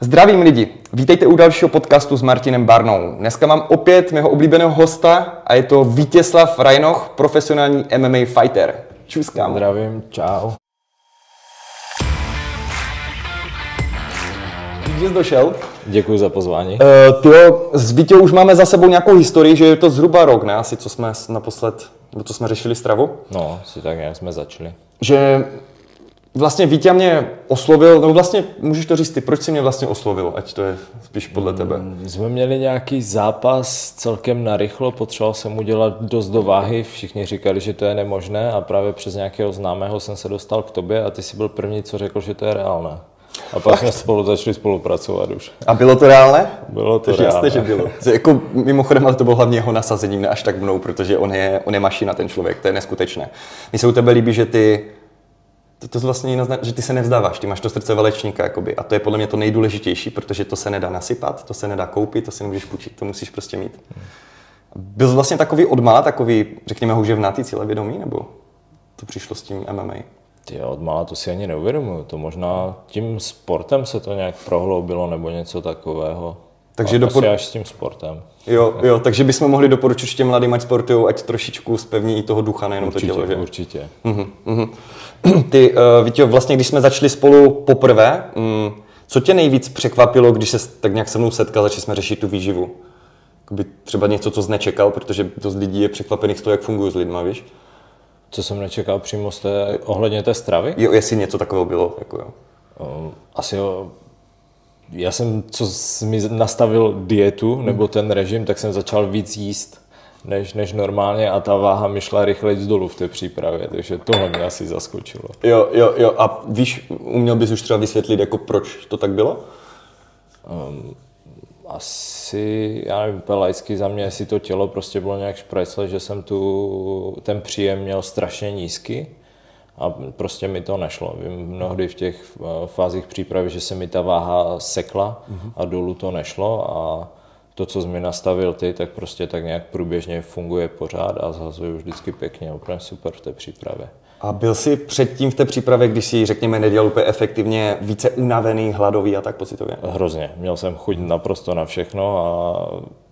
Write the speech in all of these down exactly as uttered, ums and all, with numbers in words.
Zdravím lidi, vítejte u dalšího podcastu s Martinem Barnou. Dneska mám opět mého oblíbeného hosta a je to Vítězslav Rajnoch, profesionální M M A fighter. Čus, kámo. Zdravím, čau. Díky, jsi došel. Děkuji za pozvání. Uh, tyjo, s Vítěou už máme za sebou nějakou historii, že je to zhruba rok, ne? Asi co jsme naposled, nebo co jsme řešili stravu. No, si tak nějak jsme začali. Že vlastně Vítě mě oslovil, no vlastně můžeš to říct ty, proč jsi mě vlastně oslovil, ať to je spíš podle tebe. Jsme měli nějaký zápas celkem narychlo, potřeboval jsem udělat dost do váhy, všichni říkali, že to je nemožné a právě přes nějakého známého jsem se dostal k tobě a ty jsi byl první, co řekl, že to je reálné. A pak jsme spolu začali spolupracovat už. A bylo to reálné? Bylo to Takže reálné. jasně, že bylo. Jako, mimochodem, ale to bylo hlavně jeho nasazením, ne až tak mnou, protože on je, on je mašina, ten člověk, to je neskutečné. Mně se u tebe líbí, že ty To, to vlastně jiná, že ty se nevzdáváš, ty máš to srdce velečníka, jakoby. A to je podle mě to nejdůležitější, protože to se nedá nasypat, to se nedá koupit, to si nemůžeš půjčit, to musíš prostě mít. Byl jsi vlastně takový odmala, takový, řekněme, houževnatý, cílevědomý, nebo to přišlo s tím M M A? Ty odmala to si ani neuvědomuju, to možná tím sportem se to nějak prohloubilo nebo něco takového. Takže dopor... až s tím sportem. Jo, jo, takže bychom mohli doporučit těm mladým, ať sportujou, ať trošičku zpevní i toho ducha, nejenom určitě, to tělo, že? Určitě, uhum, uhum. Ty, uh, Vítěo, vlastně když jsme začali spolu poprvé, um, co tě nejvíc překvapilo, když se tak nějak se mnou setkal, začali jsme řešit tu výživu? Jakoby třeba něco, co jsi nečekal, protože dost lidí je překvapených z toho, jak fungují s lidma, víš? Co jsem nečekal přímo z té, ohledně té stravy? Jo, jestli něco takového bylo, jako jo. Um, asi jo. Já jsem, co mi nastavil dietu, nebo ten režim, tak jsem začal víc jíst než, než normálně a ta váha mi šla rychleji dolů v té přípravě, takže tohle mě asi zaskočilo. Jo, jo, jo. A víš, uměl bys už třeba vysvětlit, jako proč to tak bylo? Um, asi, já nevím, laicky za mě, jestli to tělo prostě bylo nějak šprajcle, že jsem tu, ten příjem měl strašně nízký. A prostě mi to nešlo. Vím mnohdy v těch fázích přípravy, že se mi ta váha sekla a dolů to nešlo a to, co jsi mi nastavil ty, tak prostě tak nějak průběžně funguje pořád a zhazuje vždycky pěkně, úplně super v té přípravě. A byl jsi předtím v té přípravě, když si, řekněme, nedělal úplně efektivně, více unavený, hladový a tak pocitově? Hrozně. Měl jsem chuť naprosto na všechno a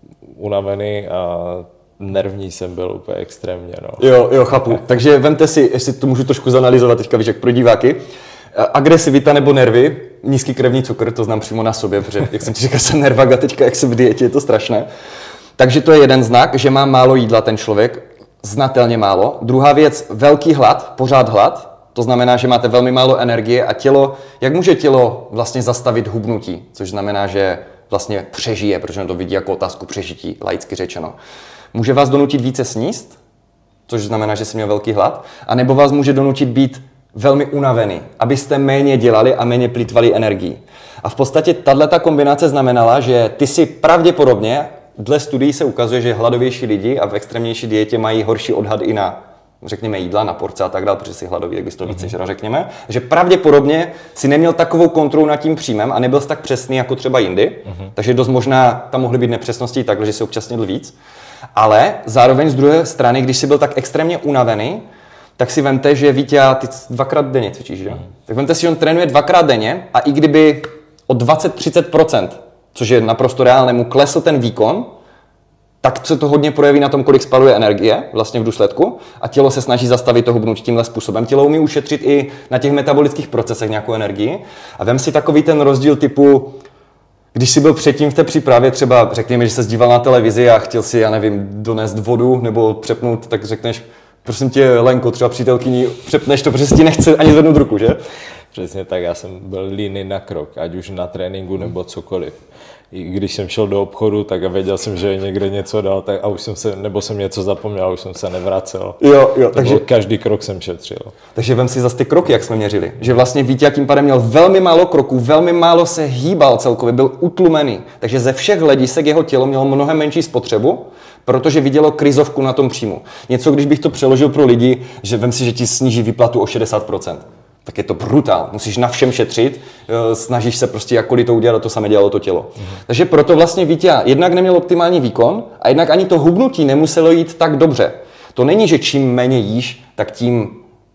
unavený a nervní jsem byl úplně extrémně, no. Jo, jo, chápu. Takže vemte si, jestli to můžu trošku zanalizovat teďka, víš, jak pro diváky. Agresivita nebo nervy, nízký krevní cukr, to znám přímo na sobě, protože, jak jsem ti říkal, jsem nervák a teďka, jak jsem v dietě, je to strašné. Takže to je jeden znak, že má málo jídla ten člověk, znatelně málo. Druhá věc, velký hlad, pořád hlad, to znamená, že máte velmi málo energie a tělo, jak může tělo vlastně zastavit hubnutí, což znamená, že vlastně přežije, protože on to vidí jako otázku přežití, laicky řečeno. Může vás donutit více sníst, což znamená, že jsi měl velký hlad, anebo vás může donutit být velmi unavený, abyste méně dělali a méně plýtvali energií. A v podstatě tato kombinace znamenala, že ty si pravděpodobně, dle studií se ukazuje, že hladovější lidi a v extrémnější dietě mají horší odhad i na, řekněme, jídla, na porce a tak dále, protože jsi hladový, jak bys to více žral, řekněme, že pravděpodobně si neměl takovou kontrolu nad tím příjmem a nebyl jsi tak přesný jako třeba jindy, uh-huh. takže dost možná tam mohly být nepřesnosti takhle, že si občas měl víc. Ale zároveň z druhé strany, když jsi byl tak extrémně unavený, tak si vemte, že Vítě, ty dvakrát denně cvičíš, že? Mm. Tak vemte si, že on trénuje dvakrát denně a i kdyby o dvacet až třicet procent, což je naprosto reálné, mu klesl ten výkon, tak se to hodně projeví na tom, kolik spaluje energie vlastně v důsledku a tělo se snaží zastavit to hubnutí tímhle způsobem. Tělo umí ušetřit i na těch metabolických procesech nějakou energii a vem si takový ten rozdíl typu, když jsi byl předtím v té přípravě, třeba řekněme, že se díval na televizi a chtěl si, já nevím, donést vodu nebo přepnout, tak řekneš, prosím tě, Lenko, třeba přítelkyni, přepneš to, protože si ti nechce ani zvednout ruku, že? Přesně tak, já jsem byl líný na krok, ať už na tréninku nebo cokoliv. I když jsem šel do obchodu, tak věděl jsem, že někde něco dal, tak a už jsem se, nebo jsem něco zapomněl, a už jsem se nevracel. Jo, jo, takže každý krok jsem šetřil. Takže vem si zase ty kroky, jak jsme měřili. Že vlastně Vítě tím pádem měl velmi málo kroků, velmi málo se hýbal celkově, byl utlumený. Takže ze všech hledisek jeho tělo mělo mnohem menší spotřebu, protože vidělo krizovku na tom příjmu. Něco, když bych to přeložil pro lidi, že vem si, že ti sníží výplatu o šedesát procent. Tak je to brutál. Musíš na všem šetřit, snažíš se prostě jakkoliv to udělat a to samé dělalo to tělo. Mhm. Takže proto vlastně Vítě jednak neměl optimální výkon a jednak ani to hubnutí nemuselo jít tak dobře. To není, že čím méně jíš, tak tím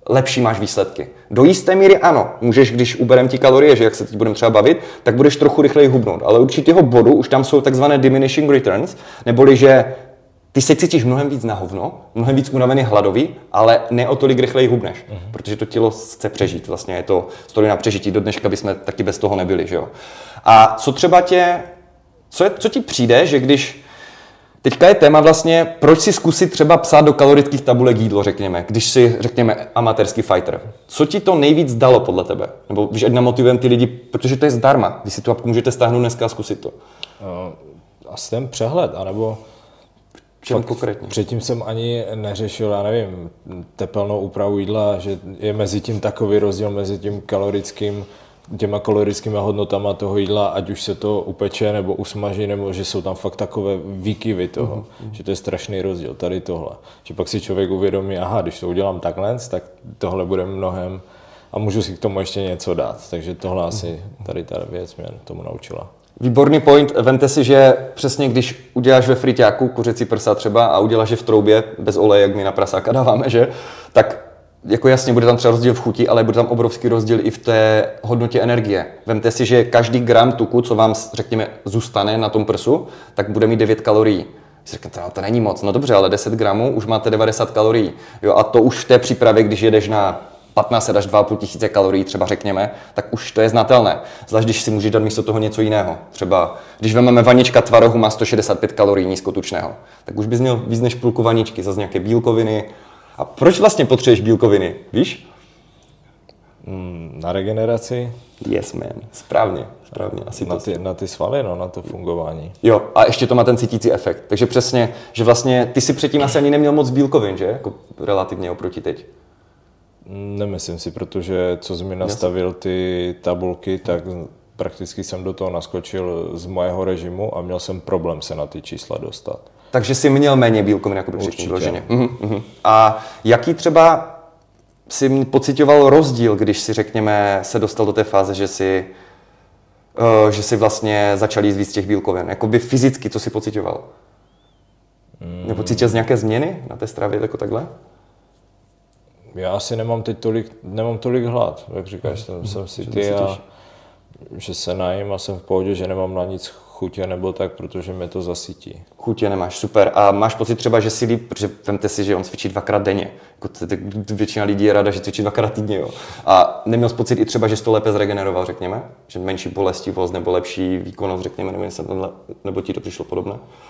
lepší máš výsledky. Do jisté míry ano, můžeš, když uberem ti kalorie, že jak se teď budeme třeba bavit, tak budeš trochu rychleji hubnout, ale určitého bodu už tam jsou takzvané diminishing returns, neboli že ty se cítíš mnohem víc na hovno, mnohem víc unavený, hladový, ale ne o tolik rychleji hubneš, mm-hmm. protože to tělo chce přežít, vlastně je to stojí na přežití, do dneška bychom taky bez toho nebyli, že jo. A co třeba tě, co, je, co ti přijde, že když teďka je téma vlastně, proč si zkusit třeba psát do kalorických tabulek jídlo, řekněme, když si, řekněme, amatérský fighter. Co ti to nejvíc dalo podle tebe? Nebo když ať namotivujeme ty lidi, protože to je zdarma, když si tu apku můžete stáhnout dneska a zkusit to. Uh, asi ten přehled, anebo čem konkrétně? Předtím jsem ani neřešil, já nevím, tepelnou úpravu jídla, že je mezi tím takový rozdíl mezi tím kalorickým, těma kalorickými hodnotama toho jídla, ať už se to upeče nebo usmaží, nebo že jsou tam fakt takové výkyvy toho, mm-hmm. že to je strašný rozdíl, tady tohle. Že pak si člověk uvědomí, aha, když to udělám takhle, tak tohle bude mnohem a můžu si k tomu ještě něco dát. Takže tohle mm-hmm. asi tady ta věc mě tomu naučila. Výborný point, vemte si, že přesně když uděláš ve friťáku kuřecí prsa třeba a uděláš je v troubě bez oleje, jak my na prasáka dáváme, že, tak jako jasně, bude tam třeba rozdíl v chuti, ale bude tam obrovský rozdíl i v té hodnotě energie. Vemte si, že každý gram tuku, co vám, řekněme, zůstane na tom prsu, tak bude mít devět kalorií. Vy si řeknete, no, to není moc, no dobře, ale deset gramů už máte devadesát kalorií. Jo, a to už v té přípravě, když jedeš na patnáct až dva a půl tisíce kalorií, třeba řekněme, tak už to je znatelné. Zvlášť, když si můžeš dát místo toho něco jiného. Třeba, když vezmeme vanička tvarohu, má sto šedesát pět kalorií nízkotučného, tak už bys měl víc než půlku vaničky, zase nějaké bílkoviny. A proč vlastně potřebuješ bílkoviny, víš? Na regeneraci? Yes, man. Správně, správně. Asi na, to ty, na ty svaly, no, na to fungování. Jo, a ještě to má ten cítící efekt. Takže přesně, že vlastně ty si předtím asi ani neměl moc bílkovin, že? Jako relativně oproti teď. Nemyslím si, protože co jsi mi nastavil ty tabulky, tak prakticky jsem do toho naskočil z mojeho režimu a měl jsem problém se na ty čísla dostat. Takže jsi měl méně bílkovin jako předtím vloženě. Uh-huh, uh-huh. A jaký třeba jsi pocitoval rozdíl, když si, řekněme, se dostal do té fáze, že si, uh, že si vlastně začal jíst víc těch bílkovin? Jakoby fyzicky, co jsi pocitoval? Mm. Nebo cítil jsi nějaké změny na té stravě jako takhle? Já asi nemám teď tolik, nemám tolik hlad, jak říkáš, jsem, mm. jsem si ty a že se najím a jsem v pohodě, že nemám na nic chutě nebo tak, protože mě to zasytí. Chutě nemáš, super. A máš pocit třeba, že si líp, protože vemte si, že on cvičí dvakrát denně. Jako většina lidí je ráda, že cvičí dvakrát týdně. Jo. A neměl jsi pocit i třeba, že jsi to lépe zregeneroval, řekněme? Že menší bolestivost nebo lepší výkonnost, řekněme, nebo, nebo ti to přišlo podobné?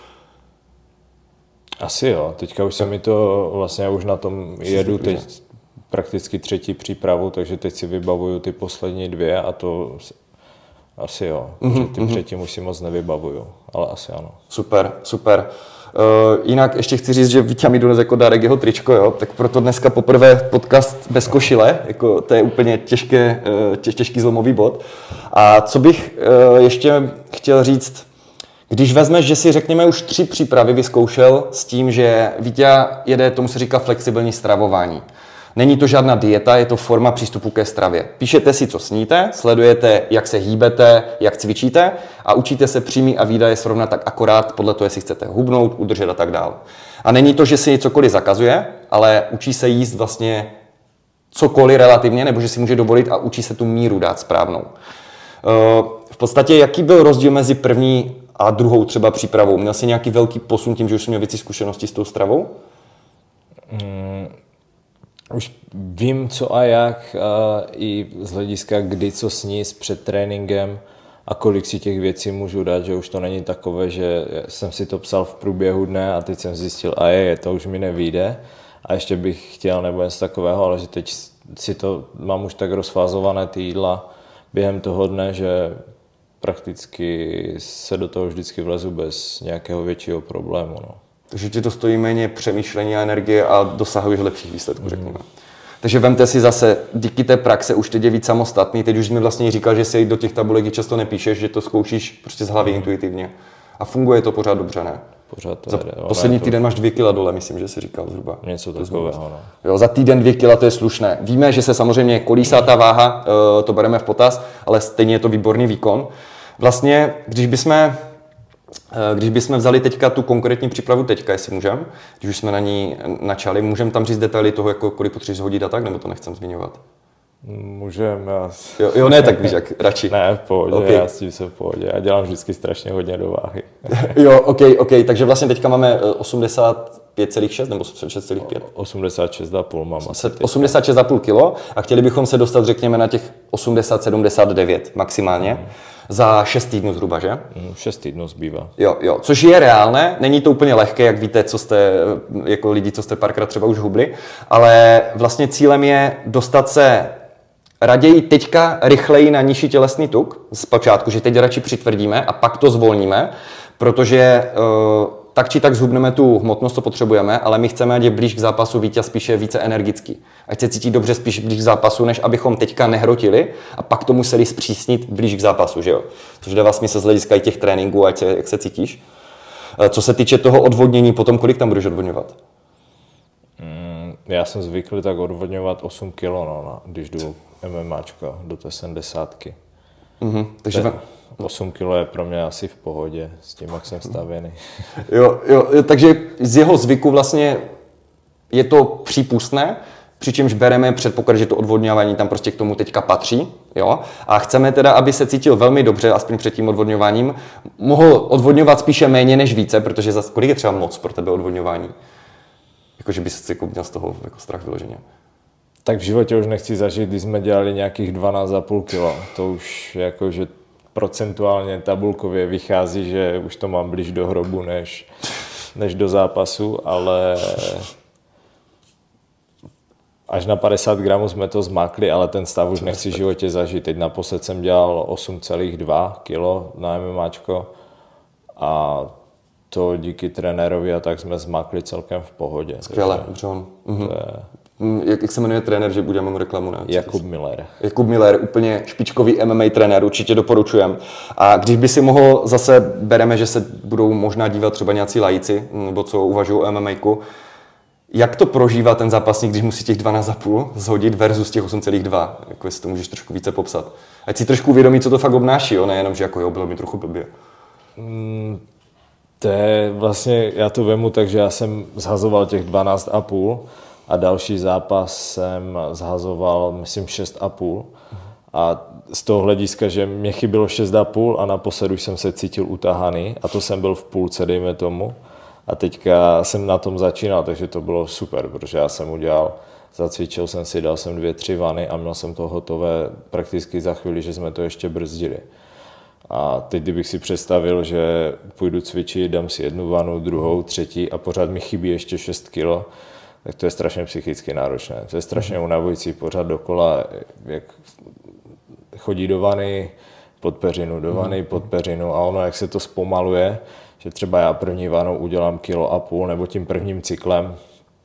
Asi jo. Teďka už se mi to, vlastně já už na tom jedu teď prakticky třetí přípravu, takže teď si vybavuju ty poslední dvě a to asi jo, mm-hmm, ty předtím už si moc nevybavuju, ale asi ano. Super, super. Uh, jinak ještě chci říct, že Víťa mi dones jako dárek jeho tričko, jo? Tak proto dneska poprvé podcast bez košile, jako to je úplně těžké, tě, těžký zlomový bod. A co bych uh, ještě chtěl říct, když vezmeš, že si řekněme už tři přípravy vyzkoušel s tím, že Víťa jede, tomu se říká flexibilní stravování. Není to žádná dieta, je to forma přístupu ke stravě. Píšete si, co sníte, sledujete, jak se hýbete, jak cvičíte a učíte se příjmy a výdaje srovnat tak akorát podle toho, jestli chcete hubnout, udržet a tak dále. A není to, že si cokoliv zakazuje, ale učí se jíst vlastně cokoliv relativně, nebo že si může dovolit a učí se tu míru dát správnou. V podstatě, jaký byl rozdíl mezi první a druhou třeba přípravou? Měl jsi nějaký velký posun tím, že už jsi měl větší zkušenosti s tou stravou? Hmm. Už vím, co a jak, a i z hlediska, kdy co sníst před tréninkem a kolik si těch věcí můžu dát, že už to není takové, že jsem si to psal v průběhu dne a teď jsem zjistil, a je, to už mi nevyjde a ještě bych chtěl nebo něco takového, ale že teď si to mám už tak rozfázované ty jídla během toho dne, že prakticky se do toho vždycky vlezu bez nějakého většího problému. No. Takže ti to stojí méně přemýšlení a energie a dosahuješ lepších výsledků, řekněme. Mm. Takže vemte si zase, díky té praxe už teď je víc samostatný. Teď už mi vlastně říkal, že si do těch tabulek často nepíšeš, že to zkoušíš prostě z hlavy mm. intuitivně. A funguje to pořád dobře, ne? Pořád to za jde. Poslední týden máš dvě kila dole, myslím, že jsi říkal zhruba. Něco takového, no. Jo, za týden dvě kila to je slušné. Víme, že se samozřejmě kolísá ta váha, to bereme v potaz, ale stejně je to výborný výkon. Vlastně, když bychom Když bychom vzali teďka tu konkrétní přípravu teďka, jestli můžeme, když už jsme na ní načali, můžeme tam říct detaily toho, jako kolik potřebuješ hodit a tak, nebo to nechcem zmiňovat? Můžeme. Já... Jo, jo, ne, tak víš, jak radši. Ne, v pohodě, okay. Já s tím jsem v pohodě. Já dělám vždycky strašně hodně do váhy. Jo, ok, ok, takže vlastně teďka máme osmdesát pět celá šest nebo osmdesát šest celá pět? osmdesát šest celá pět mám asi. osmdesát šest celá pět kilo a chtěli bychom se dostat, řekněme, na těch osmdesát sedmdesát devět maximálně. Hmm. Za šest týdnů zhruba, že? šest týdnů zbývá. Jo, jo, což je reálné, není to úplně lehké, jak víte, co jste, jako lidi, co jste párkrát třeba už hubli, ale vlastně cílem je dostat se raději teďka rychleji na nižší tělesný tuk z počátku, že teď radši přitvrdíme a pak to zvolníme, protože uh, tak či tak zhubneme tu hmotnost, co potřebujeme, ale my chceme, ať je blíž k zápasu vítěz spíše více energický. Ať se cítí dobře spíš blíž k zápasu, než abychom teďka nehrotili a pak to museli zpřísnit blíž k zápasu, že jo? Což dává smysl z hlediska i těch tréninků, ať se, jak se cítíš. Co se týče toho odvodnění, potom kolik tam budeš odvodňovat? Mm, já jsem zvyklý tak odvodňovat osm kilo, no, no, když jdu MMAčko do té sedmdesátky. Mm-hmm, takže Ten osm kilo je pro mě asi v pohodě s tím, jak jsem stavěný. Jo, jo, takže z jeho zvyku vlastně je to přípustné, přičemž bereme předpoklad, že to odvodňování tam prostě k tomu teďka patří. Jo? A chceme teda, aby se cítil velmi dobře, aspoň před tím odvodňováním, mohl odvodňovat spíše méně než více, protože zase, kolik je třeba moc pro tebe odvodňování? Jakože bys jako měl z toho jako strach vyloženě. Tak v životě už nechci zažít, když jsme dělali nějakých dvanáct celá pět kilo. To už jakože procentuálně tabulkově vychází, že už to mám blíž do hrobu než, než do zápasu, ale až na padesát gramů jsme to zmákli, ale ten stav už nechci v životě zažít. Teď naposled jsem dělal osm celá dva kilo na MMAčko a to díky trenérovi a tak jsme zmákli celkem v pohodě. Skvěle, John. Mhm. Jak, jak se jmenuje trenér, že budeme mu reklamu? Ne? Jakub Miller. Jakub Miller, úplně špičkový M M A trenér, určitě doporučujem. A když by si mohl, zase bereme, že se budou možná dívat třeba nějací lajíci, nebo co uvažují o M M A ku, jak to prožívá ten zápasník, když musí těch dvanáct celá pět zhodit versus těch osm celá dva? Jako jestli to můžeš trošku více popsat. Ať si trošku uvědomí, co to fakt obnáší, jo? Nejenom, že jako jo, bylo mi trochu blbě. Mm, to je vlastně, já to vemu tak, že já jsem zhazoval těch dvanáct celá pět a další zápas jsem zhazoval, myslím, šest celá pět. A z toho hlediska, že mě chybilo šest celá pět a naposled už jsem se cítil utahaný a to jsem byl v půlce, dejme tomu. A teďka jsem na tom začínal, takže to bylo super, protože já jsem udělal, zacvičil jsem si, dal jsem dvě, tři vany a měl jsem to hotové prakticky za chvíli, že jsme to ještě brzdili. A teď, kdybych si představil, že půjdu cvičit, dám si jednu vanu, druhou, třetí a pořád mi chybí ještě šest kilo, tak to je strašně psychicky náročné. To je strašně unavující, pořád dokola, jak chodí do vany, pod peřinu, do vany, pod peřinu a ono, jak se to zpomaluje, že třeba já první vanou udělám kilo a půl nebo tím prvním cyklem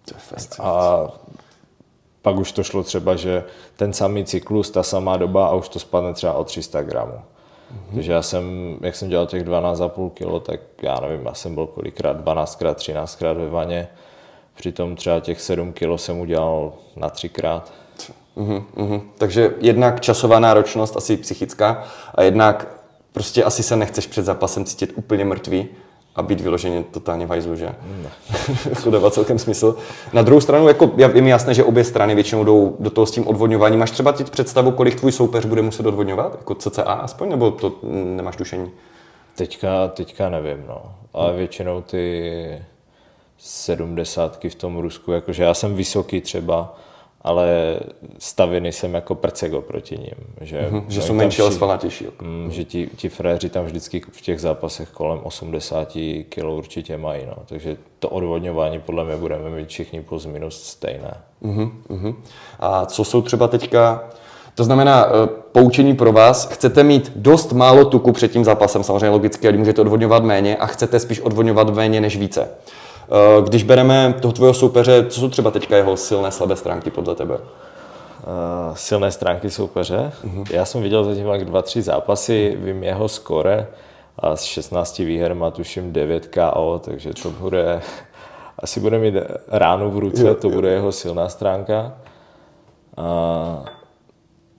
a pak už to šlo třeba, že ten samý cyklus, ta samá doba a už to spadne třeba o tři sta gramů. Mm-hmm. Takže já jsem, jak jsem dělal těch dvanáct celá pět kilo, tak já nevím, já jsem byl kolikrát dvanáctkrát, třináctkrát ve vaně, přitom třeba těch sedm kilo jsem udělal na třikrát. Mm-hmm, mm-hmm. Takže jednak časová náročnost, asi psychická, a jednak prostě asi se nechceš před zápasem cítit úplně mrtvý a být vyloženě totálně v hajzlu, že? To dává celkem smysl. Na druhou stranu, jako je mi jasné, že obě strany většinou jdou do toho s tím odvodňováním. Máš třeba teď představu, kolik tvůj soupeř bude muset odvodňovat? Jako cca aspoň, nebo to nemáš tušení? Teďka, teďka nevím, no. Ale většinou ty sedmdesátky v tom Rusku, jakože já jsem vysoký třeba, ale stavěný jsem jako prcego proti ním. Že, mm-hmm, že jsou menší, ale svalnatější. Mm, že ti, ti fréři tam vždycky v těch zápasech kolem osmdesát kilo určitě mají. No. Takže to odvodňování podle mě budeme mít všichni plus minus stejné. Mm-hmm, mm-hmm. A co jsou třeba teďka, to znamená poučení pro vás, chcete mít dost málo tuku před tím zápasem, samozřejmě logicky, ať můžete odvodňovat méně a chcete spíš odvodňovat méně než více. Když bereme toho tvého soupeře, co jsou třeba teďka jeho silné, slabé stránky podle tebe? Uh, silné stránky soupeře? Uh-huh. Já jsem viděl zatím jak dva, tři zápasy, vím jeho skore a z šestnácti výher má tuším devět K O, takže to bude, asi bude mít ránu v ruce, jo, to jo. Bude jeho silná stránka. Uh,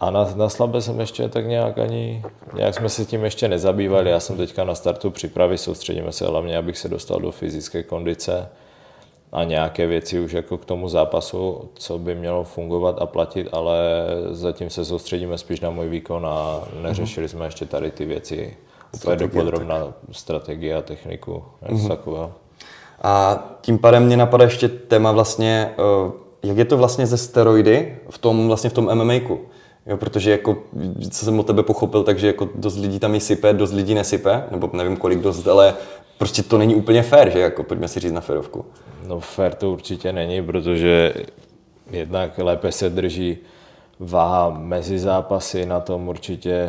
A na, na slabé jsem ještě tak nějak ani, nějak jsme se tím ještě nezabývali. Já jsem teďka na startu přípravy, soustředíme se hlavně, abych se dostal do fyzické kondice a nějaké věci už jako k tomu zápasu, co by mělo fungovat a platit, ale zatím se soustředíme spíš na můj výkon a neřešili jsme ještě tady ty věci úplně dopodrobna, strategie a techniku, něco takového. A tím pádem mě napadá ještě téma vlastně, jak je to vlastně ze steroidy v tom, vlastně v tom M M A ku. Jo, protože jako, co jsem od tebe pochopil, takže jako dost lidí tam i sype, dost lidí nesype, nebo nevím kolik dost, ale prostě to není úplně fair, že jako, pojďme si říct na férovku. No fair to určitě není, protože jednak lépe se drží váha mezi zápasy, na tom určitě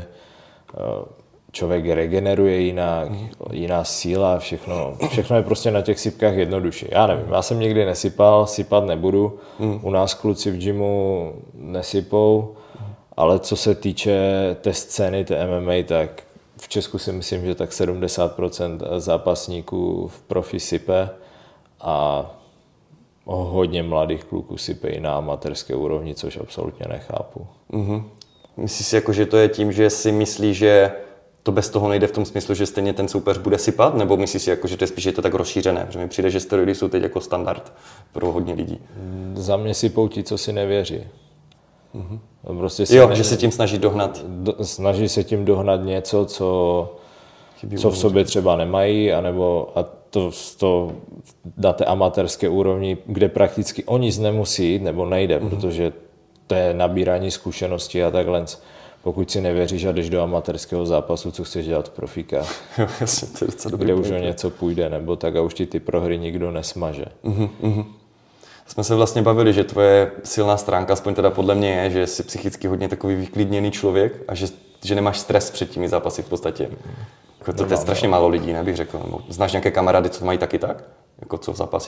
člověk regeneruje jinak, jiná síla, všechno, všechno je prostě na těch sypkách jednodušší. Já nevím, já jsem nikdy nesypal, sypat nebudu, u nás kluci v gymu nesypou, ale co se týče té scény, té M M A, tak v Česku si myslím, že tak sedmdesát procent zápasníků v profi sype a hodně mladých kluků sype i na amatérské úrovni, což absolutně nechápu. Mm-hmm. Myslíš si, jako, že to je tím, že si myslí, že to bez toho nejde v tom smyslu, že stejně ten soupeř bude sypat? Nebo myslíš si, jako, že to je spíš že je to tak rozšířené? Protože mi přijde, že steroidy jsou teď jako standard pro hodně lidí. Za mě sypou ti, co si nevěří. Mm-hmm. Prostě jo, ne... že se tím snaží dohnat. Do, snaží se tím dohnat něco, co, co v sobě třeba nemají, anebo a to, to na té amatérské úrovni, kde prakticky o nic nemusí jít, nebo nejde, mm-hmm. protože to je nabírání zkušeností a takhle. Pokud si nevěříš a jdeš do amatérského zápasu, co chceš dělat v profíkách, jo, jasně, to je docela dobrý kde už o něco půjde, nebo tak a už ti ty prohry nikdo nesmaže. Mm-hmm, mm-hmm. Jsme se vlastně bavili, že tvoje silná stránka, aspoň teda podle mě je, že jsi psychicky hodně takový vyklidněný člověk a že, že nemáš stres před těmi zápasy v podstatě. Jako to, to je strašně málo lidí, ne, bych řekl. Nebo znáš nějaké kamarády, co mají taky tak? Jako co v zápasí?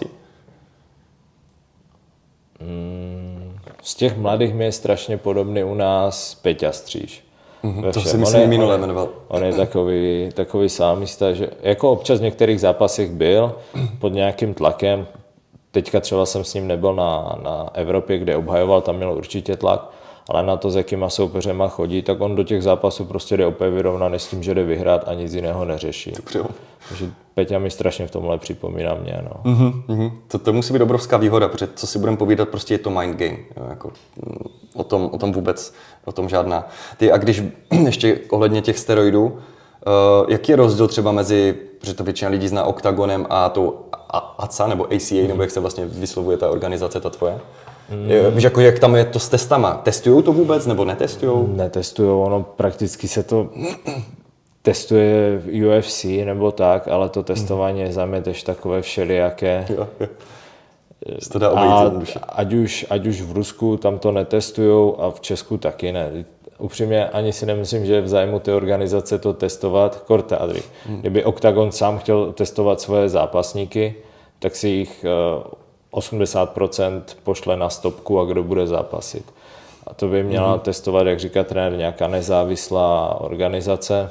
Mm, z těch mladých mi je strašně podobný u nás Peťa Stříž. Mm-hmm, to si myslím minule jmenoval. On je takový, takový sámista, že jako občas v některých zápasech byl pod nějakým tlakem. Teďka třeba jsem s ním nebyl na, na Evropě, kde obhajoval, tam měl určitě tlak, ale na to, s jakýma soupeřema chodí, tak on do těch zápasů prostě jde opět vyrovnaný s tím, že jde vyhrát a nic jiného neřeší. Takže Peťa mi strašně v tomhle připomíná mě. No. Mm-hmm. To, to musí být obrovská výhoda, protože co si budeme povídat, prostě je to mind game. Jo, jako, o, tom, o tom vůbec, o tom žádná. Ty, a když ještě ohledně těch steroidů, uh, jaký je rozdíl třeba mezi, protože to většina lidí zná Octagonem a tou A C A nebo A C A, mm. nebo jak se vlastně vyslovuje ta organizace, ta tvoje? Mm. Víš, jako, jak tam je to s testama? Testujou to vůbec nebo netestujou? Netestujou, ono prakticky se to testuje v U F C nebo tak, ale to testování je za mě tež takové všelijaké. Jo, jo. To dá a ať už, ať už v Rusku tam to netestujou a v Česku taky ne. Upřímně ani si nemyslím, že je v zájmu té organizace to testovat. Kortádry. Hmm. Kdyby Octagon sám chtěl testovat svoje zápasníky, tak si jich osmdesát procent pošle na stopku a kdo bude zápasit. A to by měla hmm. testovat, jak říká trenér, nějaká nezávislá organizace.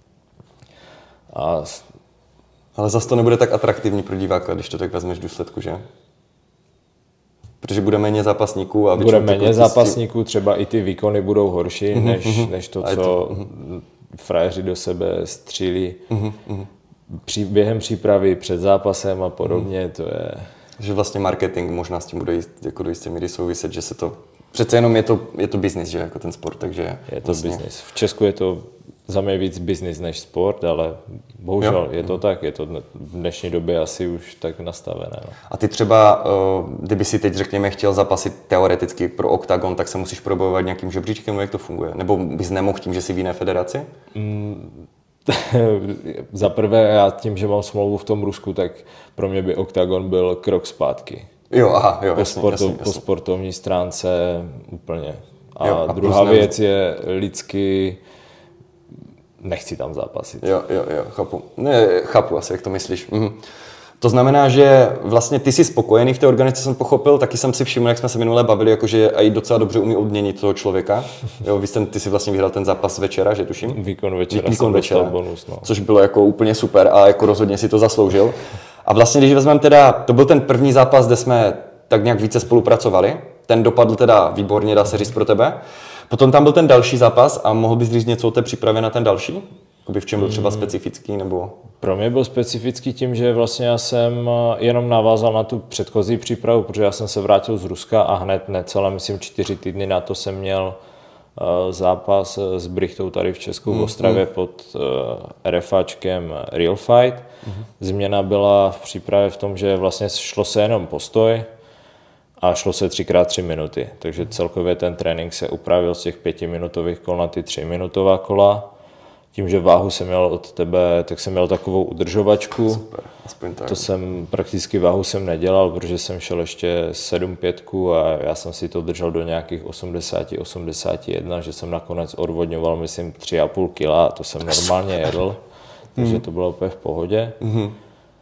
A... Ale zase to nebude tak atraktivní pro diváka, když to tak vezmeš v důsledku, že? Protože bude méně zápasníků a bude méně zápasníků, třeba i ty výkony budou horší, mm-hmm, než, mm-hmm. než to, co to, mm-hmm. frajeři do sebe střílí mm-hmm. Při, během přípravy, před zápasem a podobně, mm-hmm. to je... Že vlastně marketing možná s tím bude jist, jako do jisté míry souviset, že se to... Přece jenom je to, je to business, že jako ten sport, takže... Je to vlastně... business. V Česku je to za mě víc business než sport, ale bohužel jo. je to tak, je to v dnešní době asi už tak nastavené. No. A ty třeba, kdyby si teď řekněme chtěl zapasit teoreticky pro Octagon, tak se musíš probojovat nějakým žebříčkem, jak to funguje? Nebo bys nemohl tím, že jsi v jiné federaci? Mm, za prvé, já tím, že mám smlouvu v tom Rusku, tak pro mě by Octagon byl krok zpátky. Jo, aha, jo, po, jasně, sportu, jasně, jasně. po sportovní stránce úplně. A, jo, a druhá věc je lidsky, nechci tam zápasit. Jo, jo, jo, chápu. Ne, chápu asi, jak to myslíš. Mhm. To znamená, že vlastně ty jsi spokojený v té organizaci, jsem pochopil, taky jsem si všiml, jak jsme se minule bavili, jakože i docela dobře umí odměnit toho člověka. Jo, vy jste, ty jsi vlastně vyhrál ten zápas večera, že tuším? Výkon večera, Výkon večera, bonus, no. Což bylo jako úplně super a jako rozhodně si to zasloužil. A vlastně, když vezmeme teda, to byl ten první zápas, kde jsme tak nějak více spolupracovali. Ten dopadl teda výborně, dá se říct pro tebe. Potom tam byl ten další zápas a mohl bys říct něco o té přípravě na ten další? Jakoby v čem byl třeba specifický nebo... Pro mě byl specifický tím, že vlastně já jsem jenom navázal na tu předchozí přípravu, protože já jsem se vrátil z Ruska a hned necelé, myslím, čtyři týdny na to jsem měl zápas s Brichtou tady v Česku v Ostravě mm. pod RFáčkem Real Fight. Mm. Změna byla v přípravě v tom, že vlastně šlo se jenom postoj a šlo se třikrát tři minuty. Takže celkově ten trénink se upravil z těch pětiminutových kol na ty tříminutová kola. Tím, že váhu jsem měl od tebe, tak jsem měl takovou udržovačku. Super, aspoň tak. To jsem, prakticky váhu jsem nedělal, protože jsem šel ještě sedm pětku a já jsem si to držel do nějakých osmdesát osmdesát jedna, že jsem nakonec odvodňoval, myslím, tři a půl kila a to jsem normálně jedl, takže to bylo úplně v pohodě. Mm-hmm.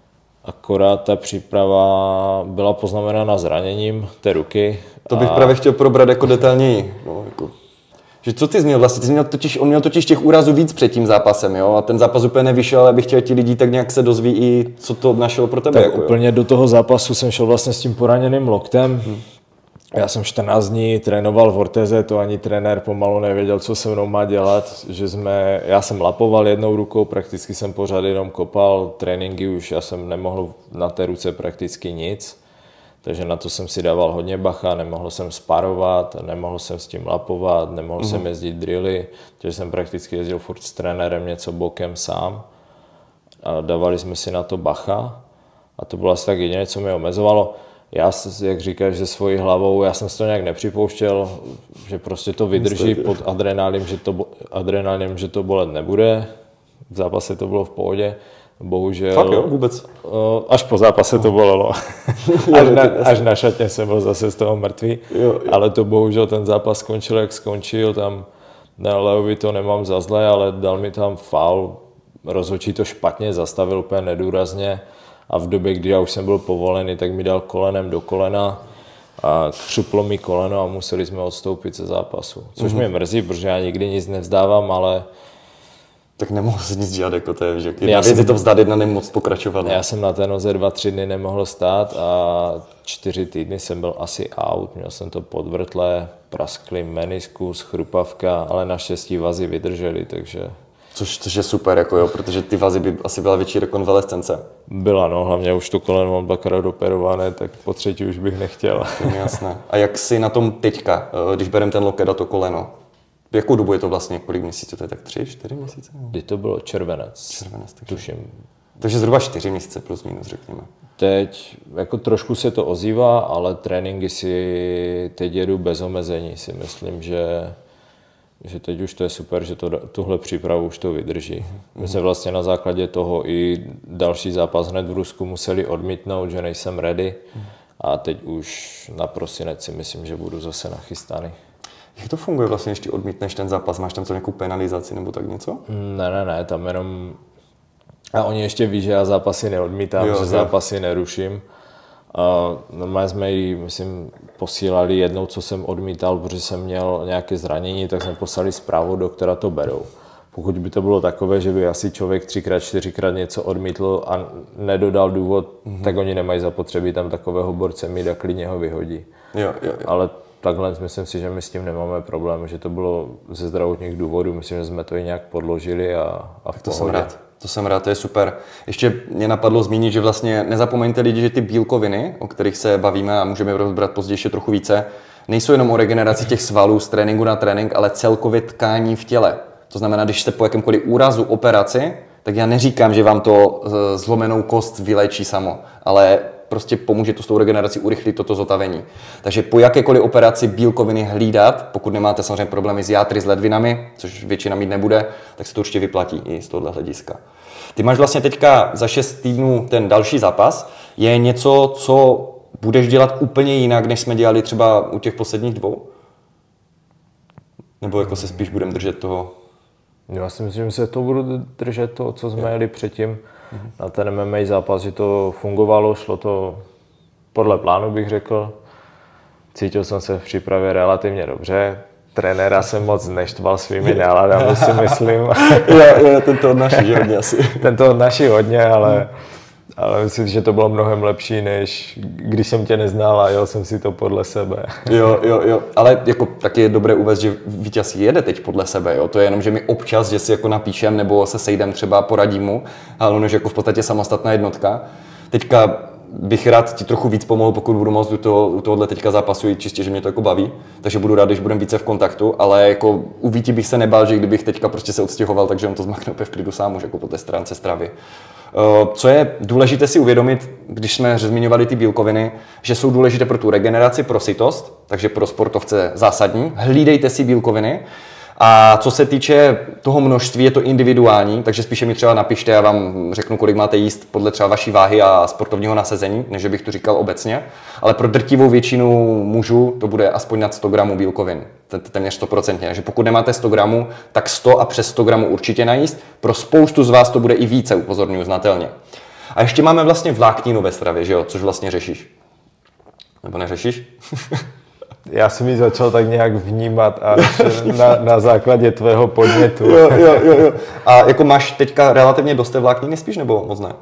Akorát ta příprava byla poznamenána zraněním té ruky. To bych a... právě chtěl probrat jako detailněji. No, jako... Že co ty jsi měl vlastně? Ty jsi měl totiž, on měl totiž těch úrazů víc před tím zápasem, jo? A ten zápas úplně nevyšel, ale bych chtěl ti lidi tak nějak se dozví i, co to obnášelo pro tebe. Tak jako, úplně jo? Do toho zápasu jsem šel vlastně s tím poraněným loktem. Hmm. Já jsem čtrnáct dní trénoval v ortéze, to ani trenér pomalu nevěděl, co se mnou má dělat. Že jsme, já jsem lapoval jednou rukou, prakticky jsem pořád jenom kopal, tréninky už já jsem nemohl na té ruce prakticky nic. Takže na to jsem si dával hodně bacha, nemohl jsem spárovat, nemohl jsem s tím lapovat, nemohl mm. jsem jezdit drily, takže jsem prakticky jezdil furt s trenérem něco bokem sám. A dávali jsme si na to bacha a to bylo asi tak jediné, co mě omezovalo. Já, jak říkáš, se svojí hlavou, já jsem si to nějak nepřipouštěl, že prostě to vydrží pod adrenálem, že to, adrenálem, že to bolet nebude. V zápase to bylo v pohodě. Bohužel, fakt jo, vůbec? Až po zápase to bolelo. až, na, až na šatně jsem byl zase z toho mrtvý, jo, jo. Ale to bohužel ten zápas skončil, jak skončil, tam na Leovi to nemám za zlé, ale dal mi tam faul, rozhodčí to špatně, zastavil úplně nedůrazně a v době, kdy já už jsem byl povolený, tak mi dal kolenem do kolena a křuplo mi koleno a museli jsme odstoupit ze zápasu. Což mm-hmm. mě mrzí, protože já nikdy nic nevzdávám, ale tak nemohl se nic dělat, jako to je, že jedna věc je to vzdát, jedna nemoc pokračovat. Ne? Já jsem na té noze dva, tři dny nemohl stát a čtyři týdny jsem byl asi out, měl jsem to podvrtlé, prasklý meniskus, chrupavka, ale naštěstí vazy vydržely, takže... Což, což je super, jako jo, protože ty vazy by asi byla větší rekonvalescence. Byla, no, hlavně už to koleno mám dvakrát operované, tak po třetí už bych nechtěl. To je jasné. A jak jsi na tom teďka, když bereme ten loket a to koleno? Jakou dobu je to vlastně? Kolik měsíců? To je tak tři, čtyři měsíce? Kdy to bylo červenec. Červenec, takže. Tuším. Takže zhruba čtyři měsíce plus minus, řekněme. Teď jako trošku se to ozývá, ale tréninky si teď jedu bez omezení. Si myslím, že, že teď už to je super, že to, tuhle přípravu už to vydrží. My jsme vlastně na základě toho i další zápas hned v Rusku museli odmítnout, že nejsem ready. A teď už na prosinec si myslím, že budu zase nachystaný. Jak to funguje vlastně, když ty odmítneš ten zápas? Máš tam co nějakou penalizaci nebo tak něco? Ne, ne, ne, tam jenom... A oni ještě ví, že já zápasy neodmítám, jo, že jo. zápasy neruším. A normálně jsme ji, myslím, posílali jednou, co jsem odmítal, protože jsem měl nějaké zranění, tak jsme poslali zprávu, do která to berou. Pokud by to bylo takové, že by asi člověk třikrát, čtyřikrát něco odmítl a nedodal důvod, mm-hmm. tak oni nemají zapotřebí tam takového borce mít a klidně ho vyhodí. Jo, jo, jo. Ale takhle myslím si, že my s tím nemáme problém, že to bylo ze zdravotních důvodů, myslím, že jsme to i nějak podložili a, a v to jsem rád. To jsem rád, to je super. Ještě mě napadlo zmínit, že vlastně nezapomeňte lidi, že ty bílkoviny, o kterých se bavíme a můžeme rozbrat později ještě trochu více, nejsou jenom o regeneraci těch svalů z tréninku na trénink, ale celkově tkání v těle. To znamená, když jste po jakémkoliv úrazu, operaci, tak já neříkám, že vám to zlomenou kost vyléčí samo, ale prostě pomůže to s tou regenerací urychlit toto zotavení. Takže po jakékoliv operaci bílkoviny hlídat, pokud nemáte samozřejmě problémy s játry, s ledvinami, což většina mít nebude, tak se to určitě vyplatí i z tohohle hlediska. Ty máš vlastně teďka za šest týdnů ten další zápas. Je něco, co budeš dělat úplně jinak, než jsme dělali třeba u těch posledních dvou? Nebo jako se spíš budeme držet toho? Já si myslím, že se to budu držet to, co jsme jeli předtím. Mm-hmm. Na ten M M A zápas, že to fungovalo, šlo to podle plánu, bych řekl. Cítil jsem se v přípravě relativně dobře. Trenéra jsem moc neštval svými náladami, si myslím. jo, jo, ten to odnáší hodně asi. Ten to odnáší hodně, ale, Ale myslím, že to bylo mnohem lepší, než když jsem tě neznal a jel jsem si to podle sebe. Jo, jo, jo, ale jako taky je dobré uvést, že vítěz jede teď podle sebe, jo, to je jenom, že mi občas, že si jako napíšem nebo se sejdem třeba poradím mu, ale ono, že jako v podstatě samostatná jednotka. Teďka bych rád ti trochu víc pomohl, pokud budu moct u, toho, u tohohle teďka zápasu, čistě, že mě to jako baví, takže budu rád, když budeme více v kontaktu, ale jako u Víti bych se nebál, že kdybych teďka prostě se odstěhoval, takže on to zmakne opět v klidu sám už jako po té stránce stravy. Co je důležité si uvědomit, když jsme zmiňovali ty bílkoviny, že jsou důležité pro tu regeneraci, pro sytost, takže pro sportovce zásadní. Hlídejte si bílkoviny. A co se týče toho množství, je to individuální, takže spíše mi třeba napište, já vám řeknu, kolik máte jíst podle třeba vaší váhy a sportovního nasazení, než bych to říkal obecně. Ale pro drtivou většinu mužů to bude aspoň nad sto gramů bílkovin, téměř sto procent. Takže pokud nemáte sto gramů, tak sto a přes sto gramů určitě najíst. Pro spoustu z vás to bude i více, upozorňuji znatelně. A ještě máme vlastně vlákninu ve stravě, že jo? Což vlastně řešíš. Nebo neřešíš? Já jsem ji začal tak nějak vnímat a na, na základě tvého podnětu. Jo, jo, jo, jo. A jako máš teďka relativně dost té vlákniny spíš, nebo moc ne?